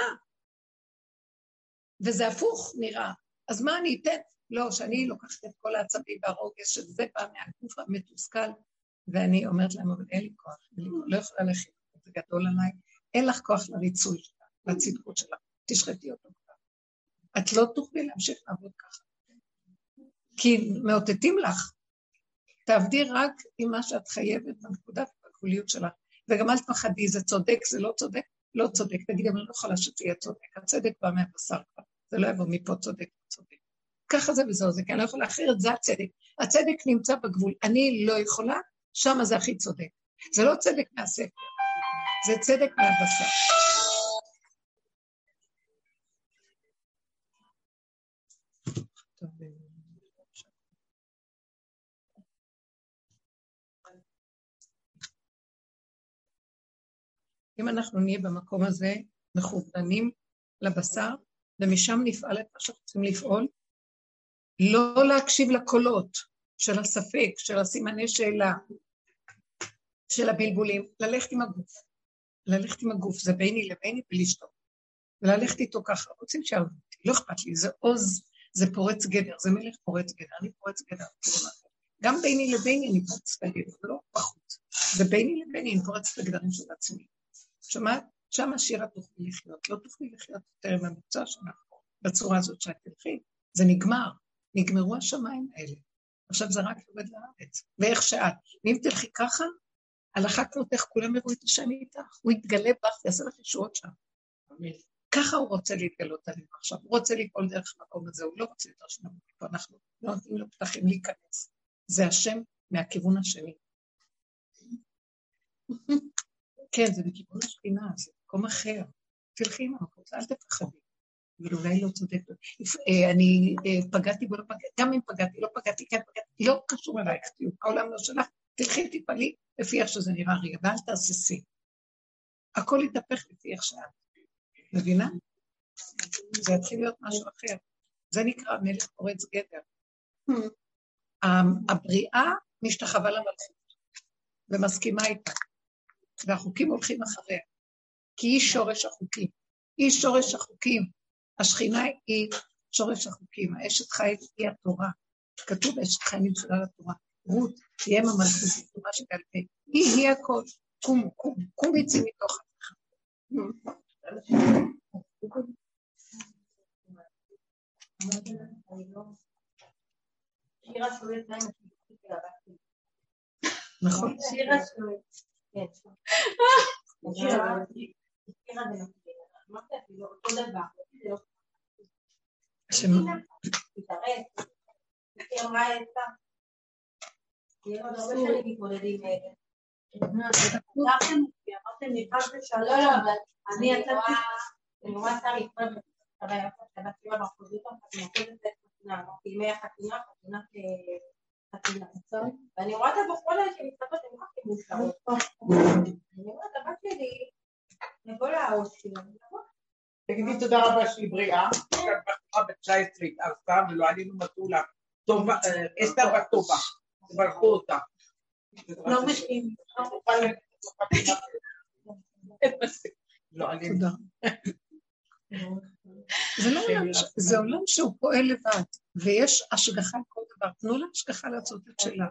וזה הפוך נראה. אז מה אני אתן? לא, שאני לוקחת את כל העצבים והרוגש, שזה בא מהגוף המתוסכל, ואני אומרת להם, אבל אין לי כוח, אני לא יכולה להכין, זה גדול עליי, אין לך כוח לריצוי שלך, לצדקות שלך, תשחטי אותו כבר. את לא תוכלי להמשיך לעבוד ככה. כי מאותתים לך, תעבדי רק עם מה שאת חייבת בנקודת בגבוליות שלך, וגם אל תפחדי, זה צודק, זה לא צודק, לא צודק, תגידי, אני לא יכולה שתהיה צודק, הצדק בא מהבשר כבר, זה לא יבוא מפה צודק, צודק. ככה זה וזהו זה, כי אני לא יכולה אחרת, זה הצדק. הצדק נמצא בגבול, אני לא יכולה, שם זה הכי צודק. זה לא צדק מהספר, זה צדק מהבשר. אם אנחנו נהיה במקום הזה, מכווננים לבשר, ומשם נפעל את מה שאנחנו צריכים לפעול, לא להקשיב לקולות של הספק, של הסימני שאלה, של הבלבולים, ללכת עם הגוף. ללכת עם הגוף, זה ביני לביני ולשתות. וללכת איתו ככה, רוצים שאהבו אותי, לא אכפת לי, זה עוז, זה פורץ גדר, זה מלך פורץ גדר, אני פורץ גדר. גם ביני לביני אני פורץ גדר, זה לא בחוץ. זה ביני לביני אני פורץ גדרים של עצמי. שמעת? שם השירה תוכלי לחיות, לא תוכלי לחיות יותר עם המקצוע שלנו, בצורה הזאת שאת תלכי, זה נגמר, נגמרו השמיים האלה, עכשיו זה רק יורד לארץ, ואיך שאת, ואם תלכי ככה, הלכה כמותך, כולם יראו את השם איתך, הוא יתגלה בך ויעשה לך ישועות שם, ככה הוא רוצה להתגלות עלינו עכשיו, הוא רוצה לפעול דרך המקום הזה, הוא לא רוצה יותר שנמות פה, אנחנו לא נותנים לו פתחים להיכנס, זה השם מהכיוון השני. כן, זה בכיוון השכינה, זה מקום אחר. תלכי עם המקום, אל תפחדי. אבל אולי לא צודק. אני פגעתי בו, לא פגעתי, גם אם פגעתי, לא פגעתי, כן פגעתי, לא קשור אלייך, העולם לא שלך, תלכי, תפעלי, לפי איך שזה נראה רגע, ואל תעשסי. הכל יתהפך לפי איך שאת. מבינה? זה יתחיל להיות משהו אחר. זה נקרא מלך פורץ גדר. הבריאה משתחווה למלכות, ומסכימה איתה. והחוקים הולכים אחריה, כי היא שורש החוקים, היא שורש החוקים, השכינה היא שורש החוקים, האשת חיים היא התורה, כתוב אשת חיים שלה לתורה, רות, תהיה ממלכות, תורה שגלתה, היא היא הכל, קום, קום, קום יציא מתוך עצמך. שירה שואלת להם, נכון. שירה שואלת. כן. אותו דבר. היא אמרה יצא. היא עוד הרבה שנים מתמודדים נגד. אמרתם, אמרתם נכנס בשלום. לא, לא, אבל אני יצאתי, אני רואה שר ישראל אבל הבת שלה באחוזית אני נותנת את חתונה, אמרתי ימי החתונה, חתונה כחתונה. ואני רואה את הבחורה שמתחתות, אני רואה כמושרות. אני רואה את הבת שלי, נבוא לאוש שלה, תגידי תודה רבה שהיא בריאה, שהבחורה ב-תשע עשרה התארסה ולא עלינו מטולה, אסתר בטובה, תברכו אותה. לא משאים. לא עלינו. זה עולם שהוא פועל לבד, ויש השגחה כל דבר, תנו לה השגחה לעשות את שלה.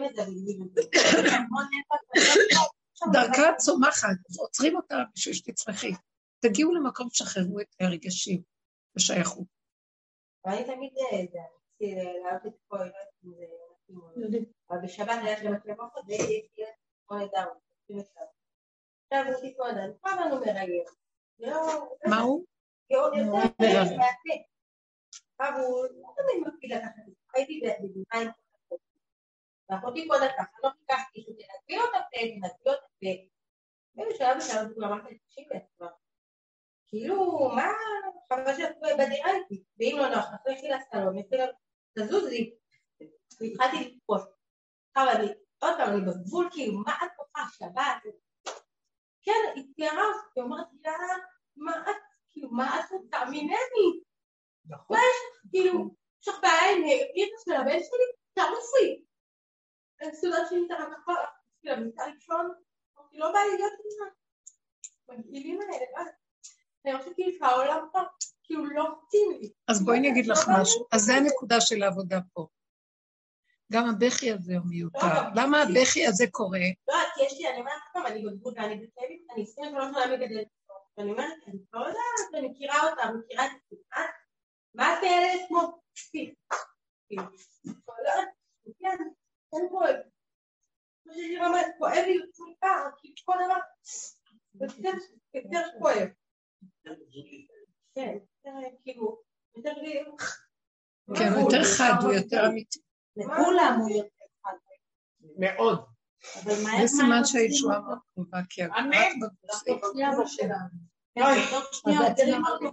דרכה צומחת, עוצרים אותה בשביל שתצמחי. תגיעו למקום שחררו את הרגשים ושייכות. ואני תמיד רציתי לעלות את כל אבל בשבת היה שלמת למחות ויש לי כמו נדע, עכשיו יש לי כל נדע, כבר לנו מראיין. מה הוא? יותר מעפה. עכשיו הוא לא תמיד מקפיד לקחת את זה, הייתי בדימיים ככה. ואחותי כל דקה, אני לא חיקחתי שתנגבי אותה פה, תנגבי אותה פה. ובשלב בשלב הוא אמרת את תקשיב לעצמה. כאילו, מה? חבל שאת בדירה איתי, ואם לא נוח, נכנסתי לסלון, תזוזי. והתחלתי לתפוס. עכשיו אני, עוד פעם, אני בגבול, כאילו, מה את עושה שבת? כן, היא תיארה אותי, היא אומרת לה, מה את, כאילו, מה את רוצה ממני? מה יש, כאילו, יש לך בעיה עם אירס של הבן שלי? תערופי. הסודות שלי תראה ככה, כאילו, אני רוצה לישון, היא לא באה להיות איתה. מגעילים האלה, לבד. אני חושבת כאילו שהעולם פה, כאילו לא רוצים לי. אז בואי נגיד לך משהו, אז זה הנקודה של העבודה פה. גם הבכי הזה הוא מיותר. למה הבכי הזה קורה? לא, כי יש לי, אני אומרת לכם, אני בגבול, ואני בטבעית, אני עשרים ושלוש שנה מגדלת אותו, ואני אומרת, אני לא יודעת, אני מכירה אותה, מכירה את זה, מה את תיאלת כמו פסיק? כאילו, לא יודעת, כן, כן כואב. כמו שאני אומרת, כואב לי לצמיקה, כאילו כל דבר, יותר כואב. כן, כאילו, יותר כאילו... כן, הוא יותר חד, הוא יותר אמיתי. לכולם הוא יותר חד. מאוד. זה סימן שהישועה מאוד קרובה, כי הכל בגבול. שנייה בו שלנו. אז אתם אמרתם,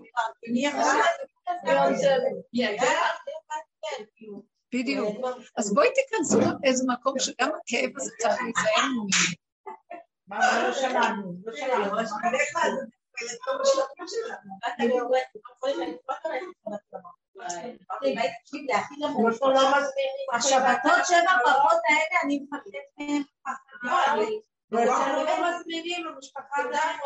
בדיוק. אז בואי תיכנסו איזה מקום שגם הכאב הזה צריך להיזהר ממנו. מה לא שמענו? לא שמענו. השבתות שבע פרות האלה אני מפחדת מהם לא מסבירים למשפחה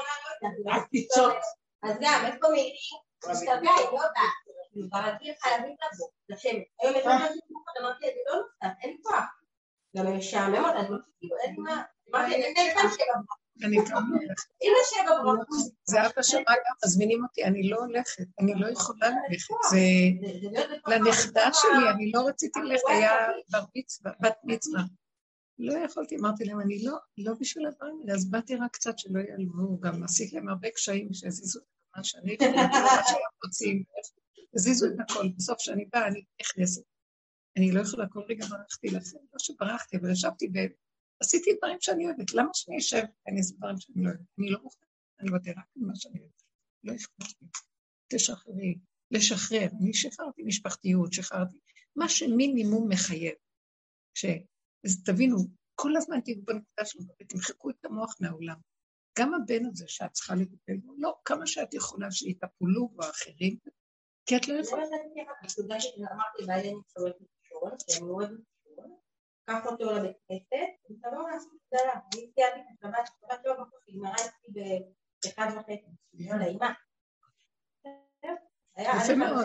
אז גם איפה מילים משתגע היא לא יודעת ברגיל חייבים לבוא לשבת היום יש לך שמחות אמרתי את זה לא נוסף אין כוח גם הם משעמם אותה אני לא כאילו אין מה אמרתי אין כאן שבע פרות אני כאן הולכת. הנה שבע פרות זה אבא שמע גם, מזמינים אותי, אני לא הולכת, אני לא יכולה ללכת, זה לנכדה שלי, אני לא רציתי ללכת, היה בר מצווה, בת מצווה. לא יכולתי, אמרתי להם, אני לא, לא בשביל הדברים האלה, אז באתי רק קצת שלא ייעלבו, גם עשיתי להם הרבה קשיים שהזיזו את מה שאני יכולה, מה שהם רוצים, הזיזו את הכל, בסוף שאני באה, אני נכנסת. אני לא יכולה, כל רגע ברחתי לכם, לא שברחתי, אבל ישבתי ועשיתי דברים שאני אוהבת, למה שאני אשב? אני אעשה דברים שאני לא אוהבת, אני לא מוכנה, אני בטח רק מה שאני אוהבת, לא אכפת לי, תשחררי, לשחרר, אני שחררתי משפחתיות, שחררתי, מה שמינימום מחייב, אז תבינו, כל הזמן תהיו בנקודה שלו, ותמחקו את המוח מהעולם. גם הבן הזה שאת צריכה לטפל בו, לא, כמה שאת יכולה שיטפלו בו האחרים, כי את לא יכולה. תודה שאמרתי, בעלי אני צורית בשיעון, שאני אוהבת בשיעון, קח אותו לבית כנסת, ותבואו לעשות גדלה. אני סיימתי את השבת, השבת לא בחוץ, היא גמרה אצלי באחד וחצי, בשביל האימא. יפה מאוד.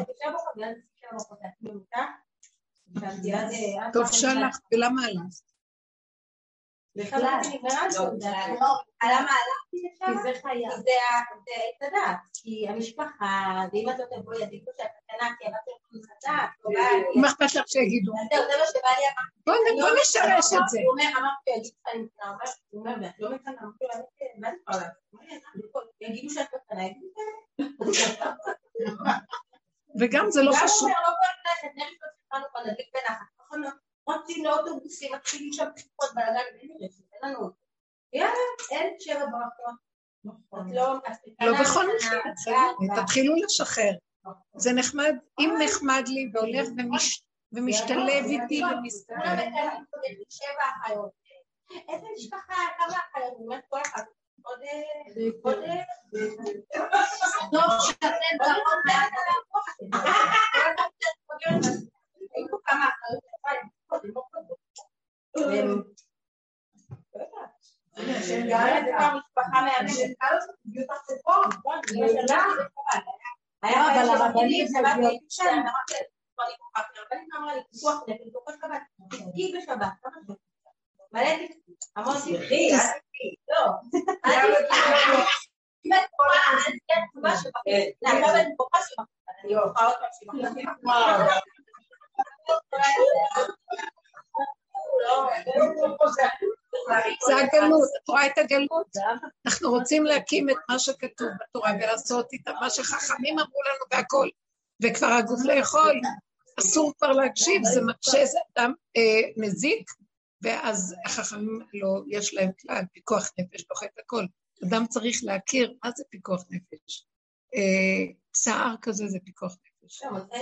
טוב שלך, ולמה הלכת? בכלל, למה הלכתי לשם? כי זה חיה. כי זה את הדעת, כי המשפחה, ואם את לא תבואי, יגידו שאת קטנה, כי הבת שלכם חדש, לא בא לי. מה אכפת לך שיגידו? זהו, זה מה שבא לי אמרתי. בוא נשרש את זה. הוא אומר, אמרתי, יגיד לך, אני מקנה, הוא אומר, ואת לא מקנה, אמרתי לו, מה זה כבר לעשות? יגידו שאת קטנה, יגידו שאת וגם זה לא חשוב. גם אומר, לא כל כנסת, נראה שלנו פה נדליק בנחת. רוצים לאוטובוסים, מתחילים שם פתיחות בלגן, אין לנו. יאללה, אין שבע ברכות. לא בכל מקרה, תתחילו לשחרר. זה נחמד, אם נחמד לי והולך ומשתלב איתי ומסתכל. כולם מקיימים שבע אחיות. איזה משפחה, כמה אחיות, הוא אומר כל אחד. עוד... עוד... טוב, שאתם דרכות לאט על האחיות. היו כמה אחיות. שהם גאה את המשפחה מהמדת בדיוק הספור, היה אבל הרבנית שבאתי שם, אמרתי, הרבנית אמרה לי, פיתוח נפש, תוכל שבת, תתקי בשבת, מלא תתקי, המון תתקי, לא, אני באמת קורא, אני כן תשובה שבחית, עכשיו אני בוכה שבחית, אני בוכה עוד פעם שבחית. זה הגלות, את רואה את הגלות? אנחנו רוצים להקים את מה שכתוב בתורה ולעשות איתה מה שחכמים אמרו לנו והכל, וכבר הגוף לא יכול, אסור כבר להקשיב, זה מקשה, זה אדם מזיק, ואז החכמים לא, יש להם כלל, פיקוח נפש, דוחה את הכל. אדם צריך להכיר מה זה פיקוח נפש. צער כזה זה פיקוח נפש.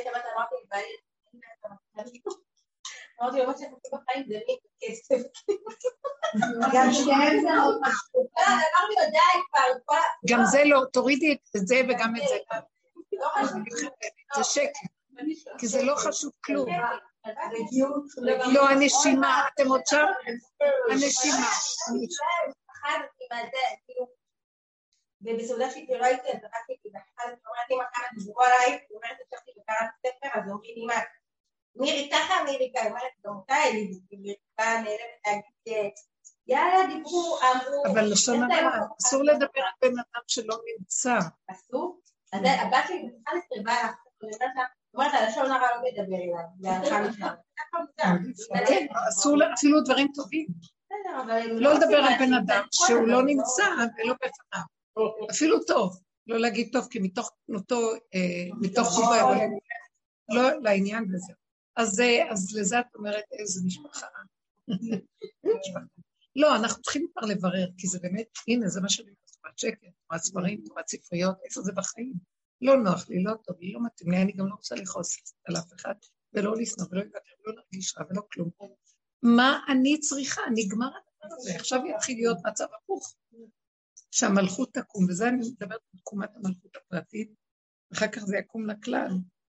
אמרתי לו, מה שחצי בחיים זה מי כסף. גם שהם זה עוד משהו. אמרתי לו, די כבר. גם זה לא, תורידי את זה וגם את זה. זה שקר. כי זה לא חשוב כלום. לא, הנשימה, אתם עוד שם? הנשימה. ובסעודה שהייתי לא הייתי, אז דחקתי ואחת אמרתי מה כמה תזברו עליי, אומרת ששכתי וקראת ספר, אז אומרים לי מה, מירי ככה, מירי ככה, אומרת דומתה אלי, מירי ככה נעלמת להגיד, יאללה דיברו, אמרו, אבל לשון הרע, אסור לדבר על בן אדם שלא נמצא. אסור? אז הבת שלי בצחה לסרבה, אומרת, הלשון הרע לא מדבר אליי, והלכה משם. כן, אסור אפילו דברים טובים. לא לדבר על בן אדם שהוא לא נמצא ולא בפניו. אפילו טוב, לא להגיד טוב, כי מתוך תנותו, מתוך חובה, לא לעניין בזה. אז לזה את אומרת איזה משפחה. לא, אנחנו צריכים כבר לברר, כי זה באמת, הנה, זה מה שאני אומרת, שקט, תורת ספרים, תורת ספריות, איפה זה בחיים? לא נוח לי, לא טוב לי, לא מתאים לי, אני גם לא רוצה לחוס על אף אחד, ולא לסנוע, ולא יוותר, ולא להרגיש רע, ולא כלום. מה אני צריכה? נגמר הדבר הזה, עכשיו יתחיל להיות מצב הפוך, שהמלכות תקום, וזה אני מדברת על תקומת המלכות הפרטית, אחר כך זה יקום לכלל.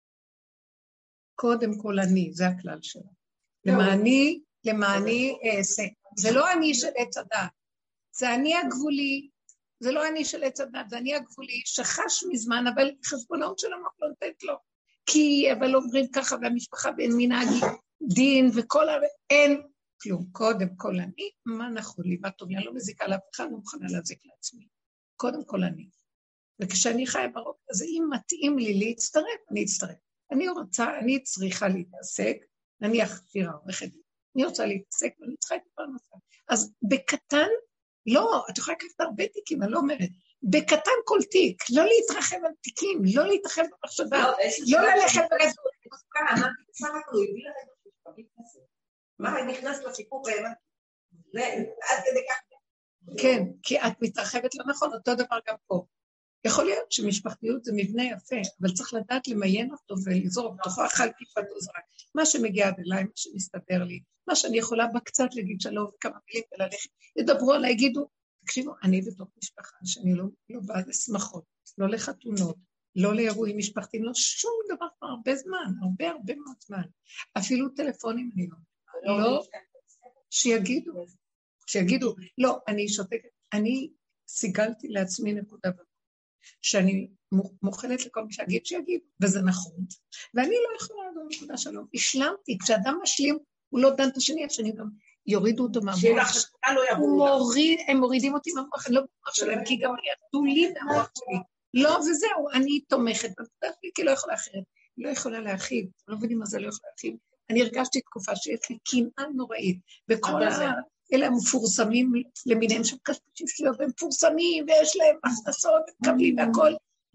קודם כל אני, זה הכלל שלה. למעני, למעני אעשה. זה לא אני של עץ הדת, זה אני הגבולי, זה לא אני של עץ הדת, זה אני הגבולי, שחש מזמן, אבל חשבונות שלנו לא נותנת לו. כי, אבל אומרים ככה, והמשפחה בין מנהג דין, וכל ה... אין כלום. קודם כל אני, מה נכון לי, מה טוב לי, אני לא מזיקה לאף אחד, לא מוכנה להזיק לעצמי. קודם כל אני. וכשאני חיה ברוב, אז אם מתאים לי להצטרף, אני אצטרף. אני רוצה, אני צריכה להתעסק, נניח פירה עורכת, אני רוצה להתעסק ואני צריכה את הפרנסה. אז בקטן, לא, את יכולה לקחת הרבה תיקים, אני לא אומרת, בקטן כל תיק, לא להתרחב על תיקים, לא להתרחב במחשבה, לא ללכת בגדול. אמרתי, בסך הכל הוא הביא לך את המשפטית כזה. מה נכנס לסיפור באמת? ועד כדי כך. כן, כי את מתרחבת לא נכון, אותו דבר גם פה. יכול להיות שמשפחתיות זה מבנה יפה, אבל צריך לדעת למיין אותו ולזור בתוכו אכל כיפת עוזרה. מה שמגיע אליי, מה שמסתדר לי, מה שאני יכולה בקצת להגיד שלום וכמה מילים וללכת, ידברו עליי, יגידו, תקשיבו, אני בתוך משפחה שאני לא, לא באה לשמחות, לא לחתונות, לא לאירועים משפחתיים, לא שום דבר כבר הרבה זמן, הרבה הרבה מאוד זמן. אפילו טלפונים אני לא. לא, שיגידו, שיגידו, לא, אני שותקת, אני סיגלתי לעצמי נקודה במה. שאני מוכנת לכל מי שיגיד שיגיד, וזה נכון, ואני לא יכולה לדעת נקודה שלום, השלמתי, כשאדם משלים, הוא לא דן את השני, השני גם יורידו אותו מהמוח, הם מורידים אותי מהמוח, אני לא במוח שלהם, כי גם ירדו לי מהמוח שלי, לא וזהו, אני תומכת, כי לא יכולה אחרת, לא יכולה להכיל, לא מבינים מה זה לא יכולה להכיל, אני הרגשתי תקופה שיש לי קנאה נוראית, וכל ה... אלה המפורסמים למיניהם של כספים שלו, והם מפורסמים, ויש להם הכנסות, ומקבלים והכל,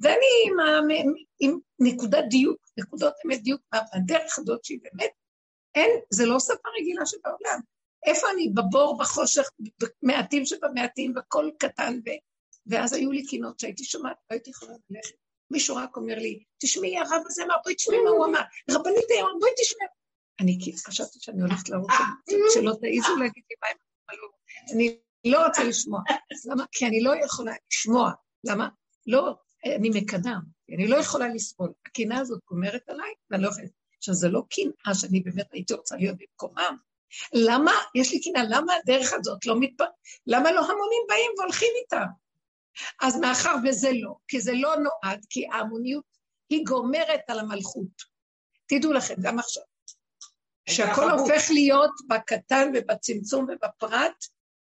ואני עם, עם, עם נקודת דיוק, נקודות אמת דיוק, הדרך הזאת שהיא באמת, אין, זה לא שפה רגילה שבעולם. איפה אני בבור, בחושך, במעטים שבמעטים, בכל קטן, ו... ואז היו לי קינות שהייתי שומעת, לא הייתי יכולה ללכת. מישהו רק אומר לי, תשמעי, הרב הזה אמר, בואי תשמעי מה הוא אמר, רבנית אמר, בואי תשמעי. אני חשבתי שאני הולכת לראש, שלא תעיזו להגיד לי מה הם אמרו. אני לא רוצה לשמוע. למה? כי אני לא יכולה לשמוע. למה? לא, אני מקדם, אני לא יכולה לסבול. הקינה הזאת אומרת עליי, ואני לא יכולה. עכשיו, זה לא קנאה שאני באמת הייתי רוצה להיות במקומם. למה? יש לי קנאה, למה הדרך הזאת לא מתפ... למה לא המונים באים והולכים איתם? אז מאחר וזה לא, כי זה לא נועד, כי ההמוניות היא גומרת על המלכות. תדעו לכם, גם עכשיו, שהכל הופך להיות בקטן ובצמצום ובפרט,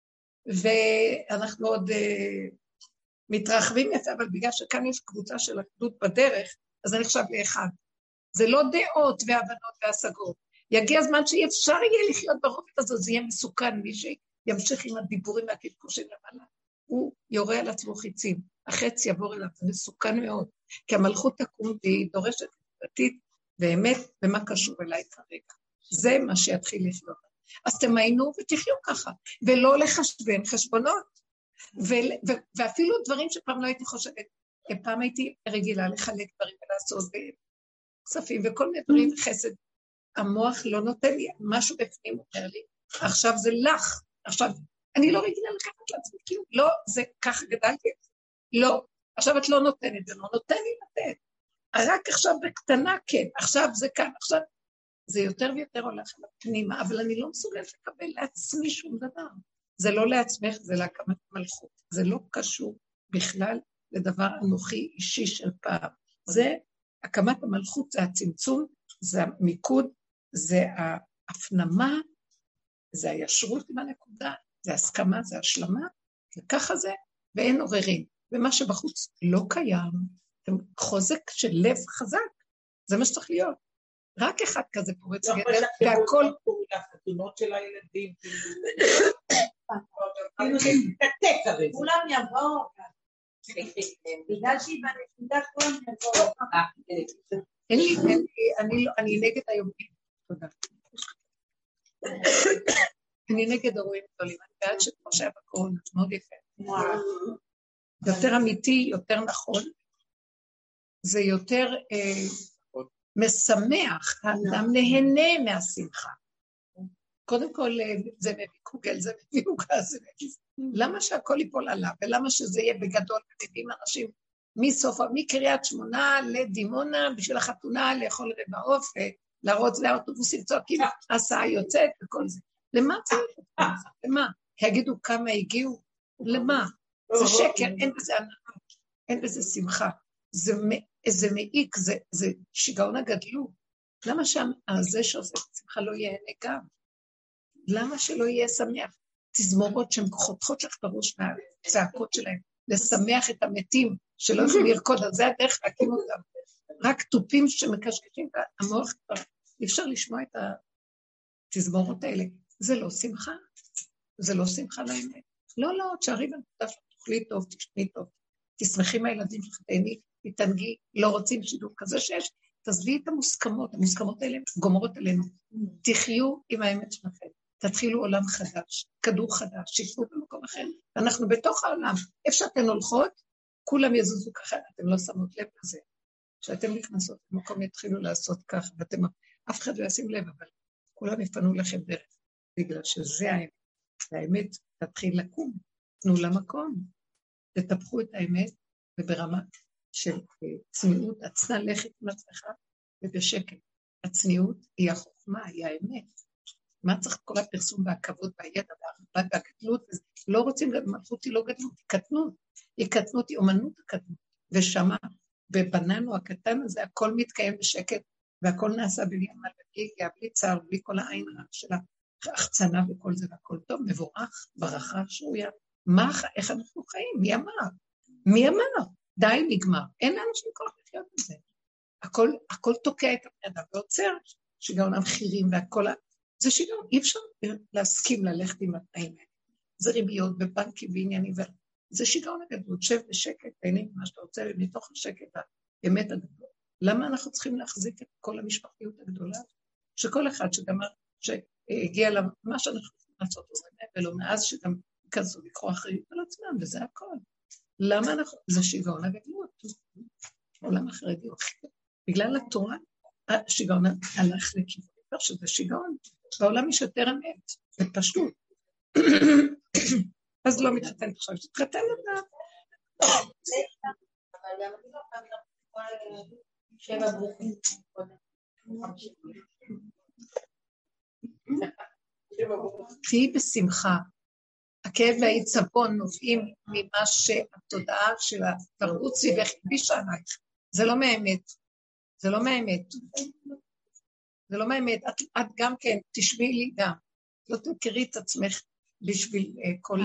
ואנחנו עוד uh, מתרחבים יפה, אבל בגלל שכאן יש קבוצה של אחדות בדרך, אז אני חושב לאחד. זה לא דעות והבנות והשגות. יגיע הזמן שאי אפשר יהיה לחיות ברובד הזאת, זה יהיה מסוכן, מי שימשיך עם הדיבורים והקדקושים למעלה. הוא יורה על עצמו חיצים, החץ יעבור אליו, זה מסוכן מאוד, כי המלכות תקום והיא דורשת דתית, באמת, ומה קשור אליי כרגע. זה מה שיתחיל לחיות. אז תמיינו ותחיו ככה, ולא לחשבן חשבונות, ו- ו- ואפילו דברים שפעם לא הייתי חושבת, פעם הייתי רגילה לחלק דברים ולעשות כספים, וכל מיני דברים חסד, המוח לא נותן לי, משהו בפנים אומר לי, עכשיו זה לך, עכשיו, אני לא רגילה לקחת לעצמי, כאילו, לא, זה ככה גדלתי, לא, עכשיו את לא נותנת, זה לא נותן לי לתת, רק עכשיו בקטנה כן, עכשיו זה כאן, עכשיו, זה יותר ויותר הולך לפנימה, אבל אני לא מסוגלת לקבל לעצמי שום דבר, זה לא לעצמך, זה להקמת מלכות, זה לא קשור בכלל לדבר אנוכי אישי של פעם, זה הקמת המלכות, זה הצמצום, זה המיקוד, זה ההפנמה, זה הישרות עם הנקודה, זה הסכמה, זה השלמה, וככה זה, ואין עוררים. ומה שבחוץ לא קיים, חוזק של לב חזק, זה מה שצריך להיות. רק אחד כזה פורץ גדר, והכל... החתונות של הילדים, כאילו זה מתקתק הרי. כולם יבואו, בגלל שהיא בנקודה כולם יבואו. אין לי, אין לי, אני נגד היומיים. תודה. אני נגד אירועים גדולים, אני בעד שכמו שהיה בקורונה, מאוד יפה. יותר אמיתי, יותר נכון, זה יותר משמח, האדם נהנה מהשמחה. קודם כל, זה מביא קוגל, זה מביא עוגה, זה מביא... למה שהכל ייפול עליו, ולמה שזה יהיה בגדול, מביאים אנשים מסוף, מקריית שמונה לדימונה, בשביל החתונה, לאכול רבע עוף, להרוץ לאוטובוסים צועקים, הסעה יוצאת וכל זה. למה צריך? למה? יגידו כמה הגיעו? למה? זה שקר, אין בזה הנאה, אין בזה שמחה. זה מעיק, זה שיגעון הגדלות. למה שהזה שעושה את שמחה לא יהיה גם? למה שלא יהיה שמח? תזמורות שהן חותכות לך את הראש מהצעקות שלהם, לשמח את המתים שלא יכולים לרקוד, אז זה הדרך להקים אותם. רק טופים שמקשקשים, המוח כבר, אי אפשר לשמוע את התזמורות האלה. זה לא שמחה, זה לא שמחה לאמת. לא, לא, תשארי בנקודה שלך, תאכלי טוב, תשמעי טוב, תשמחי מהילדים שלך, תהני, תתענגי, לא רוצים שידור כזה שיש, תעזבי את המוסכמות, המוסכמות האלה גומרות עלינו, תחיו עם האמת שלכם, תתחילו עולם חדש, כדור חדש, שיפנו במקום אחר, ואנחנו בתוך העולם, איפה שאתן הולכות, כולם יזוזו ככה, אתם לא שמות לב לזה, שאתם נכנסות במקום יתחילו לעשות כך, ואתם, אף אחד לא ישים לב, אבל כולם יפנו לכם דרך, בגלל שזה האמת, והאמת תתחיל לקום, תנו למקום, תטפחו את האמת, וברמה של צניעות, עצנה לכת עם עצמך, ובשקט. הצניעות היא החוכמה, היא האמת. מה צריך כל הפרסום והכבוד והידע והרבה והגדלות? לא רוצים, מלכות היא לא גדלות, היא קטנות. היא קטנות, היא אומנות הקטנות. ושמה, בבננו הקטן הזה, הכל מתקיים בשקט, והכל נעשה בלי עמל, בלי גאה, בלי צער, בלי כל העין רע של ההחצנה וכל זה, והכל טוב, מבורך, ברכה, שרויה. מה, איך אנחנו חיים? מי אמר? מי אמר? די נגמר. אין לאנשים כוח לחיות בזה. הכל, הכל תוקע את הפרדה ועוצר, שגאון המחירים והכל, זה שגאון, אי אפשר להסכים ללכת עם התנאים האלה. זה ריביות בבנקים ועניינים, זה שיגעון הגדלות, שב בשקט, תהנה ממה שאתה רוצה, ומתוך השקט האמת הגדול. למה אנחנו צריכים להחזיק את כל המשפחתיות הגדולה? שכל אחד שגמר, שהגיע למה שאנחנו צריכים לעשות, ולא מאז שגם כזו לקרוא אחריות על עצמם, וזה הכל. למה אנחנו, זה שיגעון הגדלות. עולם החרדי הוא הכי, בגלל התורה, השיגעון הלך לכיוון, שזה שיגעון, בעולם יש יותר אמת, זה פשוט. אז לא מתחתנת עכשיו, שתתחתן אותה. אבל גם אני לא פעם כל שבע ברוכים. תהי בשמחה. הכאב והעיצבון נובעים ממה שהתודעה של התרבות סביבך הלבישה עלייך. זה לא מהאמת. זה לא מהאמת. זה לא מהאמת. את, את גם כן, תשמעי לי גם. לא תכירי את עצמך בשביל uh, כל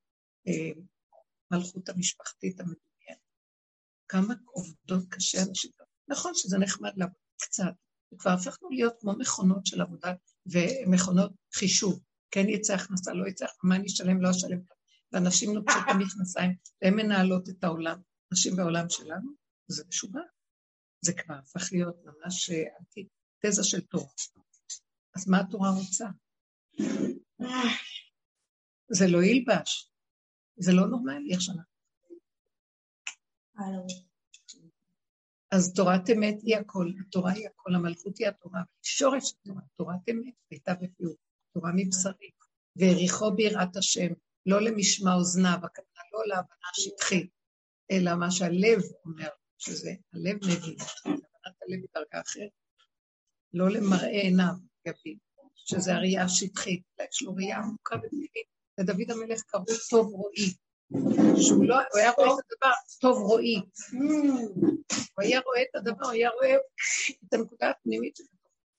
המלכות המשפחתית המדומיינת. כמה עובדות קשה אנשים. נכון שזה נחמד לעבוד קצת. וכבר הפכנו להיות כמו מכונות של עבודה ומכונות חישוב. כן יצא הכנסה, לא יצא, מה אני אשלם, לא אשלם. ואנשים נוצאות את המכנסיים, והן מנהלות את העולם. נשים בעולם שלנו, זה משוגע. זה כבר הפך להיות ממש תזה של תורה. אז מה התורה רוצה? זה לא ילבש. זה לא נורמלי, איך שנה. אז תורת אמת היא הכל, התורה היא הכל, המלכות היא התורה, שורש התורה, תורת אמת, הייתה בפיור, תורה מבשרית, והריחו ביראת השם, לא למשמע אוזניו, הכוונה לא להבנה שטחית, אלא מה שהלב אומר, שזה הלב מבין, הבנת הלב בדרגה אחרת, לא למראה עיניו, יבין, שזה הראייה השטחית, יש לו ראייה עמוקה ופנימית, לדוד המלך קראו טוב רואי, שהוא לא, הוא היה רואה את הדבר, טוב רואי, הוא היה רואה את הדבר, הוא היה רואה את הנקודה הפנימית שלו,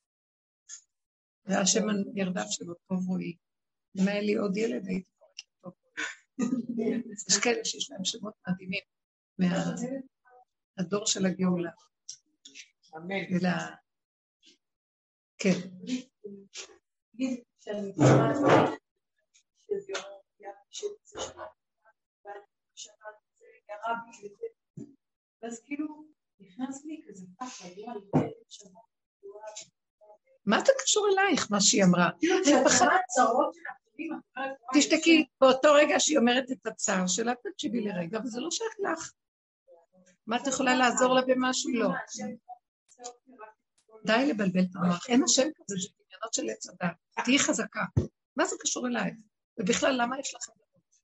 והשם הנרדף שלו, טוב רואי, אם היה לי עוד ילד, הייתי קוראת לו טוב רואי, יש כאלה שיש להם שמות מדהימים, מהדור של הגאולה, אלא, כן. תגיד, שאני מתארת שזה יום שזה שנה, שנה זה ירה בי לזה, ואז כאילו נכנס לי כזה פחד, היה לי בית שנה. מה אתה קשור אלייך, מה שהיא אמרה? תשתקי. תשתקי, באותו רגע שהיא אומרת את הצער שלה, תקשיבי לרגע, וזה לא שייך לך. מה את יכולה לעזור לה במשהו? לא. די לבלבל את המוח, אין השם כזה של עניינות של עץ הדת, תהי חזקה. מה זה קשור אלייך? ובכלל, למה יש לכם?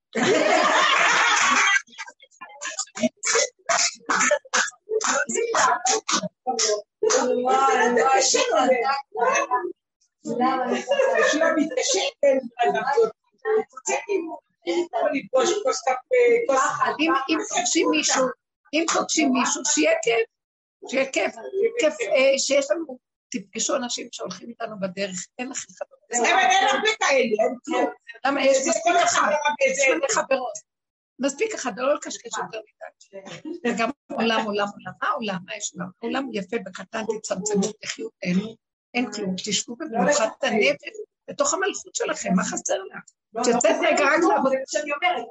אם פוגשים מישהו, אם פוגשים מישהו, שיהיה כיף, שיהיה כיף, כיף שיש לנו, תפגשו אנשים שהולכים איתנו בדרך, אין לכם חברות. אבל אין הרבה כאלה, אין כלום. למה יש מספיק אחד, יש מלא חברות. מספיק אחד, לא לקשקש יותר מדי. וגם עולם, עולם, עולם. מה עולם? מה יש עולם? עולם יפה בקטן, תצמצמו, תחיו, תהנו, אין כלום. תשבו במנוחת הנפש, בתוך המלכות שלכם, מה חסר לך? שיוצאת רגע רק לעבוד. שאני אומרת,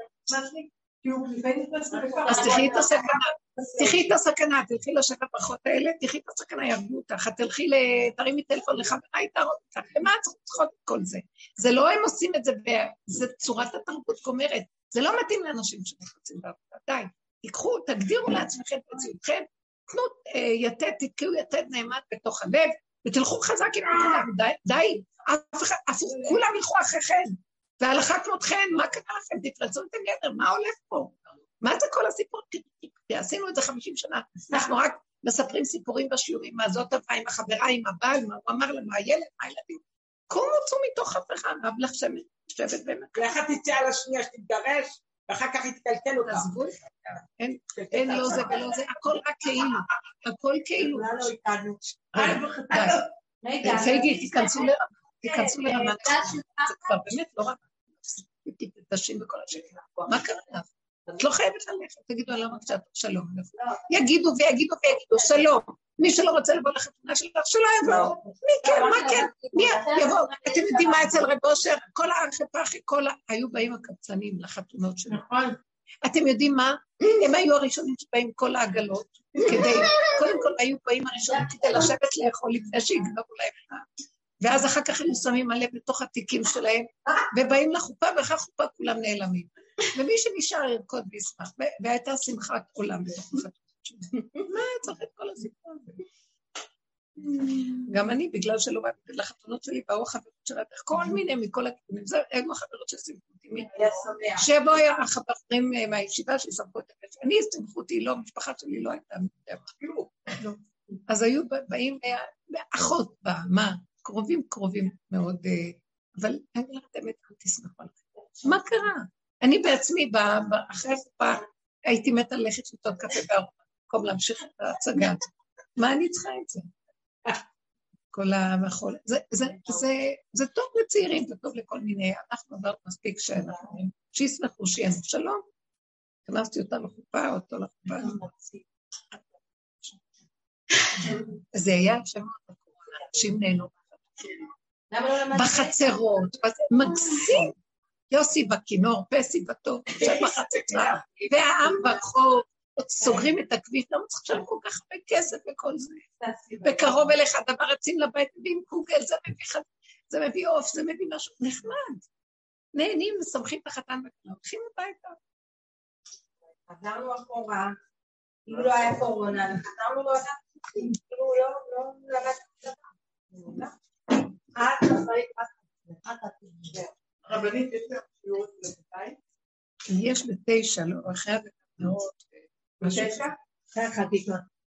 אז תחי את הסכנה, תחי את הסכנה, תלכי לשבת ברכות האלה, תחי את הסכנה, ירגו אותך, תלכי, תרימי טלפון לחברה, יתארות אותך, למה את צריכות את כל זה? זה לא הם עושים את זה, זה צורת התרבות כומרת, זה לא מתאים לאנשים שמחצים בעבודה, די, תיקחו, תגדירו לעצמכם את מציאותכם, תנו יתד, תתקעו יתד נעמד בתוך הלב, ותלכו חזק עם כולם, די, די, כולם ילכו אחריכם, והלכה כמותכן, מה קרה לכם? תפרצו את הגדר, מה הולך פה? מה זה כל הסיפור? עשינו את זה חמישים שנה, אנחנו רק מספרים סיפורים בשיעורים, מה זאת הבאה עם החברה, עם הבעל, מה הוא אמר לה, מה הילד, מה הילדים, קומו צאו מתוך הפכה, רב לך שבת במקרה. ואחת תצא על השנייה שתתגרש, ואחר כך יתקלקל אותה. תעזבו, אין לא זה ולא זה, הכל רק כאילו, הכל כאילו. לא איתנו. די, פייגי, תיכנסו לרמת, זה כבר באמת לא רק, תתשים בכל השקל, מה קרה לך? את לא חייבת ללכת, תגידו עליו קצת שלום, יגידו ויגידו ויגידו שלום, מי שלא רוצה לבוא לחתונה שלך, שלא יבוא, מי כן, מה כן, מי יבוא, אתם יודעים מה אצל רב אושר, כל הארכי פרחי, כל היו באים הקבצנים לחתונות שלו, אתם יודעים מה? הם היו הראשונים שבאים כל העגלות, כדי, קודם כל היו באים הראשונים כדי לשבת לאכול לפני שיגנבו להם. ואז אחר כך הם שמים מלא בתוך התיקים שלהם, ובאים לחופה, ואחר חופה כולם נעלמים. ומי שנשאר ירקוד וישמח, והייתה שמחת עולם בתוך החתונות שלהם. מה צריך את כל הסיפור הזה? גם אני, בגלל שלא באתי לחתונות שלי, באו החברות שלה, כל מיני מכל הכיוונים, זה היו החברות ששימחו אותי, שבו היה החברים מהישיבה ששמחו את הבית, אני שימחו אותי, לא, המשפחה שלי לא הייתה אפילו, אז היו באים אחות בה, מה, קרובים קרובים מאוד, אבל אני לא יודעת אמת, אל תשמחו עליכם. מה קרה? אני בעצמי, אחרי החופה, הייתי מתה ללכת לתות קפה בארוחה, במקום להמשיך את ההצגה. מה אני צריכה את זה? כל המחול. זה, זה, זה, זה טוב לצעירים, זה טוב לכל מיני, אנחנו עברנו מספיק שאנחנו, שישמחו, שיהיה שלום. כנסתי אותה לחופה, אותו לחופה. זה היה שמות הקורונה, אנשים נהנו. בחצרות, מקסים. יוסי בכינור, פסי בטוב, שם בחצרה, והעם ברחוב, סוגרים את הכביש, לא צריך לשלם כל כך הרבה כסף וכל זה. וקרוב אליך, הדבר רצים לבית, מביאים קוגל, זה מביא חד, זה מביא אוף, זה מביא משהו נחמד. נהנים, מסמכים את החתן וכאלה, הולכים הביתה. חזרנו אחורה, אם לא היה קורונה, חזרנו לא עדיין, כאילו לא לבד את הדבר. את אחראית, את אחראית. רבנית, יש לך שיעור לתתיים? יש בתשע, לא, אחרי הדקנות. בתשע? אחרי החתיקה.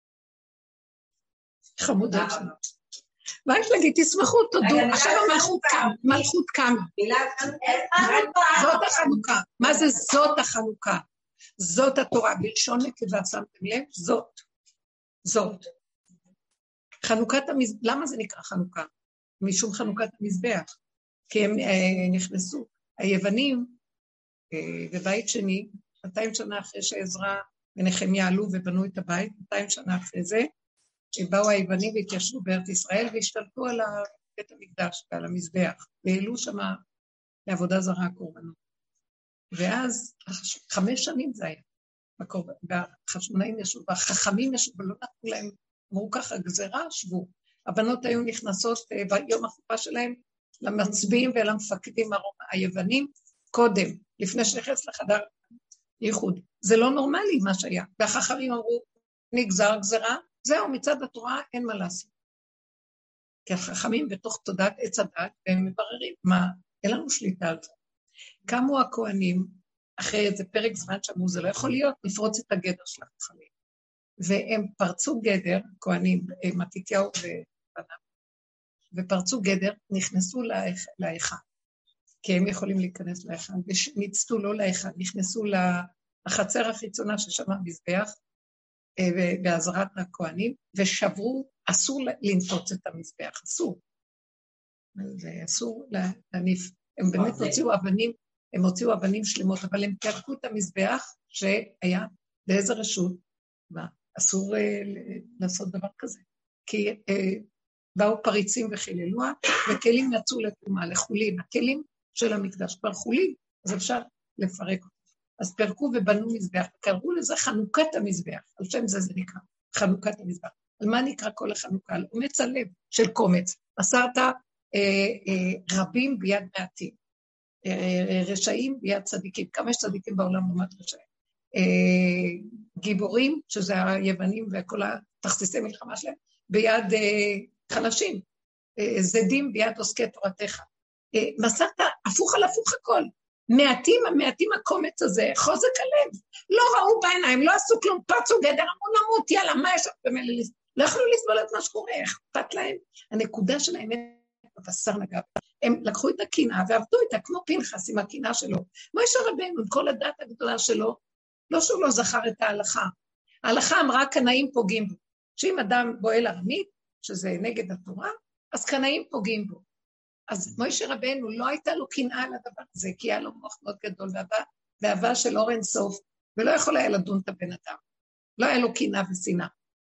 חמודה שלנו. מה יש להגיד? תשמחו, תודו. עכשיו המלכות קם, מלכות קם. זאת החנוכה. מה זה זאת החנוכה? זאת התורה. בלשון נקבה, שמתם לב? זאת. זאת. חנוכת המזבח. למה זה נקרא חנוכה? משום חנוכת המזבח. כי הם אה, נכנסו. היוונים, אה, בבית שני, מאתיים שנה אחרי שעזרא ונחמיה עלו ובנו את הבית, מאתיים שנה אחרי זה, שבאו היוונים והתיישבו בארץ ישראל, והשתלטו על בית המקדש ועל המזבח, והעלו שם לעבודה זרה הקורבנות. ואז, חמש שנים זה היה, והחשמונאים ישבו, והחכמים ישבו, ולא נתנו להם, אמרו ככה, גזרה, שבו. הבנות היו נכנסות ביום החופה שלהם, למצביעים ולמפקדים היוונים, קודם, לפני שנכנס לחדר ייחוד. זה לא נורמלי מה שהיה. והחכמים אמרו, נגזר גזרה, זהו, מצד התורה אין מה לעשות. כי החכמים בתוך תודעת עץ הדת, והם מבררים, מה, אין לנו שליטה על זה. קמו הכהנים, אחרי איזה פרק זמן שאמרו, זה לא יכול להיות, נפרוץ את הגדר של החכמים. והם פרצו גדר, כהנים, מתתיהו ובניו, ופרצו גדר, נכנסו להיכל, כי הם יכולים להיכנס להיכל, וניצתו לא להיכל, נכנסו לחצר החיצונה ששם המזבח, בעזרת הכהנים, ושברו, אסור לנפוץ את המזבח, אסור. זה אסור להניף. הם באמת הוציאו אבנים, הם הוציאו אבנים שלמות, אבל הם פרקו את המזבח שהיה באיזה רשות, אסור לעשות דבר כזה. כי באו פריצים וחיללוה, וכלים יצאו לתרומה, לחולין. הכלים של המקדש כבר חולין, אז אפשר לפרק אותם. אז פרקו ובנו מזבח, קראו לזה חנוכת המזבח, על שם זה זה נקרא, חנוכת המזבח. על מה נקרא כל החנוכה? על אומץ הלב של קומץ. מסרת אה, אה, רבים ביד מעטים, אה, רשעים ביד צדיקים, כמה יש צדיקים בעולם לעומת רשעים. אה, גיבורים, שזה היוונים וכל התכסיסי מלחמה שלהם, ביד אה, חלשים, אה, זדים ביד עוסקי תורתך. אה, מסרת הפוך על הפוך הכל. מעטים, המעטים הקומץ הזה, חוזק הלב, לא ראו בעיניים, לא עשו כלום, פרצו גדר, אמרו נמות, יאללה, מה יש לך במילא לסבול? לא יכלו לסבול את מה שקורה, איך אכפת להם? הנקודה של האמת, בבשר נגע, הם לקחו את הקנאה ועבדו איתה, כמו פנחס עם הקנאה שלו. משה רבנו, עם כל הדת הגדולה שלו, לא שהוא לא זכר את ההלכה. ההלכה אמרה, קנאים פוגעים בו. שאם אדם בועל ארמית, שזה נגד התורה, אז קנאים פוגעים בו. אז משה רבנו לא הייתה לו קנאה לדבר הזה, כי היה לו מוח מאוד גדול, ואהבה של אור אין סוף, ולא יכול היה לדון את הבן אדם. לא היה לו קנאה ושנאה.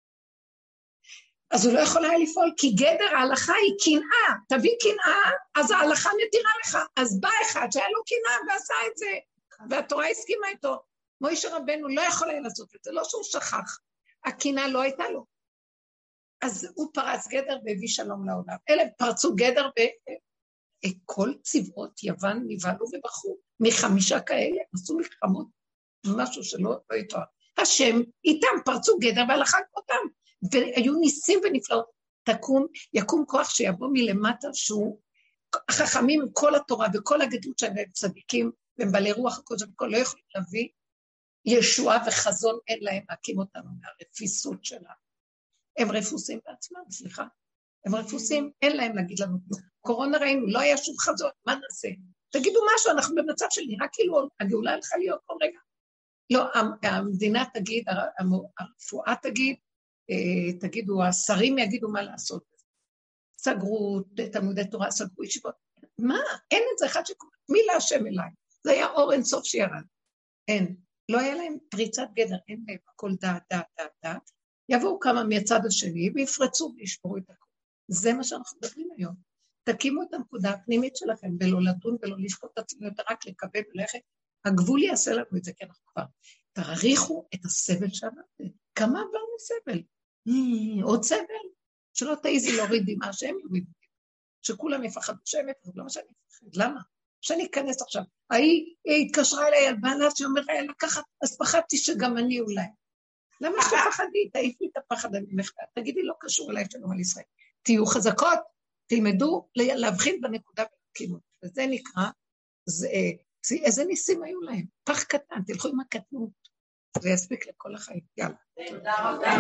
אז הוא לא יכול היה לפעול, כי גדר ההלכה היא קנאה. תביא קנאה, אז ההלכה מתירה לך. אז בא אחד שהיה לו קנאה ועשה את זה, והתורה הסכימה איתו. מוישה רבנו לא יכול היה לעשות את זה, לא שהוא שכח, הקינה לא הייתה לו. אז הוא פרץ גדר והביא שלום לעולם. אלה פרצו גדר וכל צבאות יוון נבהלו ובחרו, מחמישה כאלה, עשו מלחמות, משהו שלא לא יתואר. השם איתם פרצו גדר והלחק אותם, והיו ניסים ונפלאות. תקום, יקום כוח שיבוא מלמטה שהוא, החכמים עם כל התורה וכל הגדות שהם צדיקים, והם בעלי רוח הקודש וכל לא יכולים להביא ישועה וחזון אין להם להקים אותנו מהרפיסות שלה. הם רפוסים בעצמם, סליחה. הם רפוסים, אין להם להגיד לנו. קורונה ראינו, לא היה שום חזון, מה נעשה? תגידו משהו, אנחנו במצב של נראה כאילו הגאולה הלכה להיות כל רגע. לא, המדינה תגיד, הרפואה תגיד, תגידו, השרים יגידו מה לעשות. סגרו תלמודי תורה, סגרו ישיבות. מה? אין את זה אחד שקורא. מי להשם אליי? זה היה אור אין סוף שירד. אין. לא היה להם פריצת גדר, אין להם הכל דעת, דעת, דעת, דעת. יבואו כמה מהצד השני ויפרצו וישברו את הכל. זה מה שאנחנו מדברים היום. תקימו את הנקודה הפנימית שלכם, ולא לדון ולא לשפוט את עצמנו, רק לקבל וללכת. הגבול יעשה לנו את זה, כי אנחנו כבר תעריכו את הסבל שלנו. כמה עברנו סבל? עוד סבל? שלא תעיזי להוריד דמעה, שהם יורידו. שכולם יפחדו שהם יפחדו, לא מה שאני מפחד. למה? שאני אכנס עכשיו. היא התקשרה אליי על בעלה שאומר היה לקחת, אז פחדתי שגם אני אולי. למה שפחדי? תעיף לי את הפחד אני מחד. תגידי, לא קשור אליי שלום על ישראל. תהיו חזקות, תלמדו להבחין בנקודה ולהקימו. וזה נקרא, זה, איזה ניסים היו להם? פח קטן, תלכו עם הקטנות. זה יספיק לכל החיים. יאללה. תודה רבה.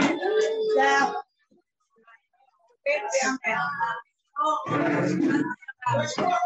תודה.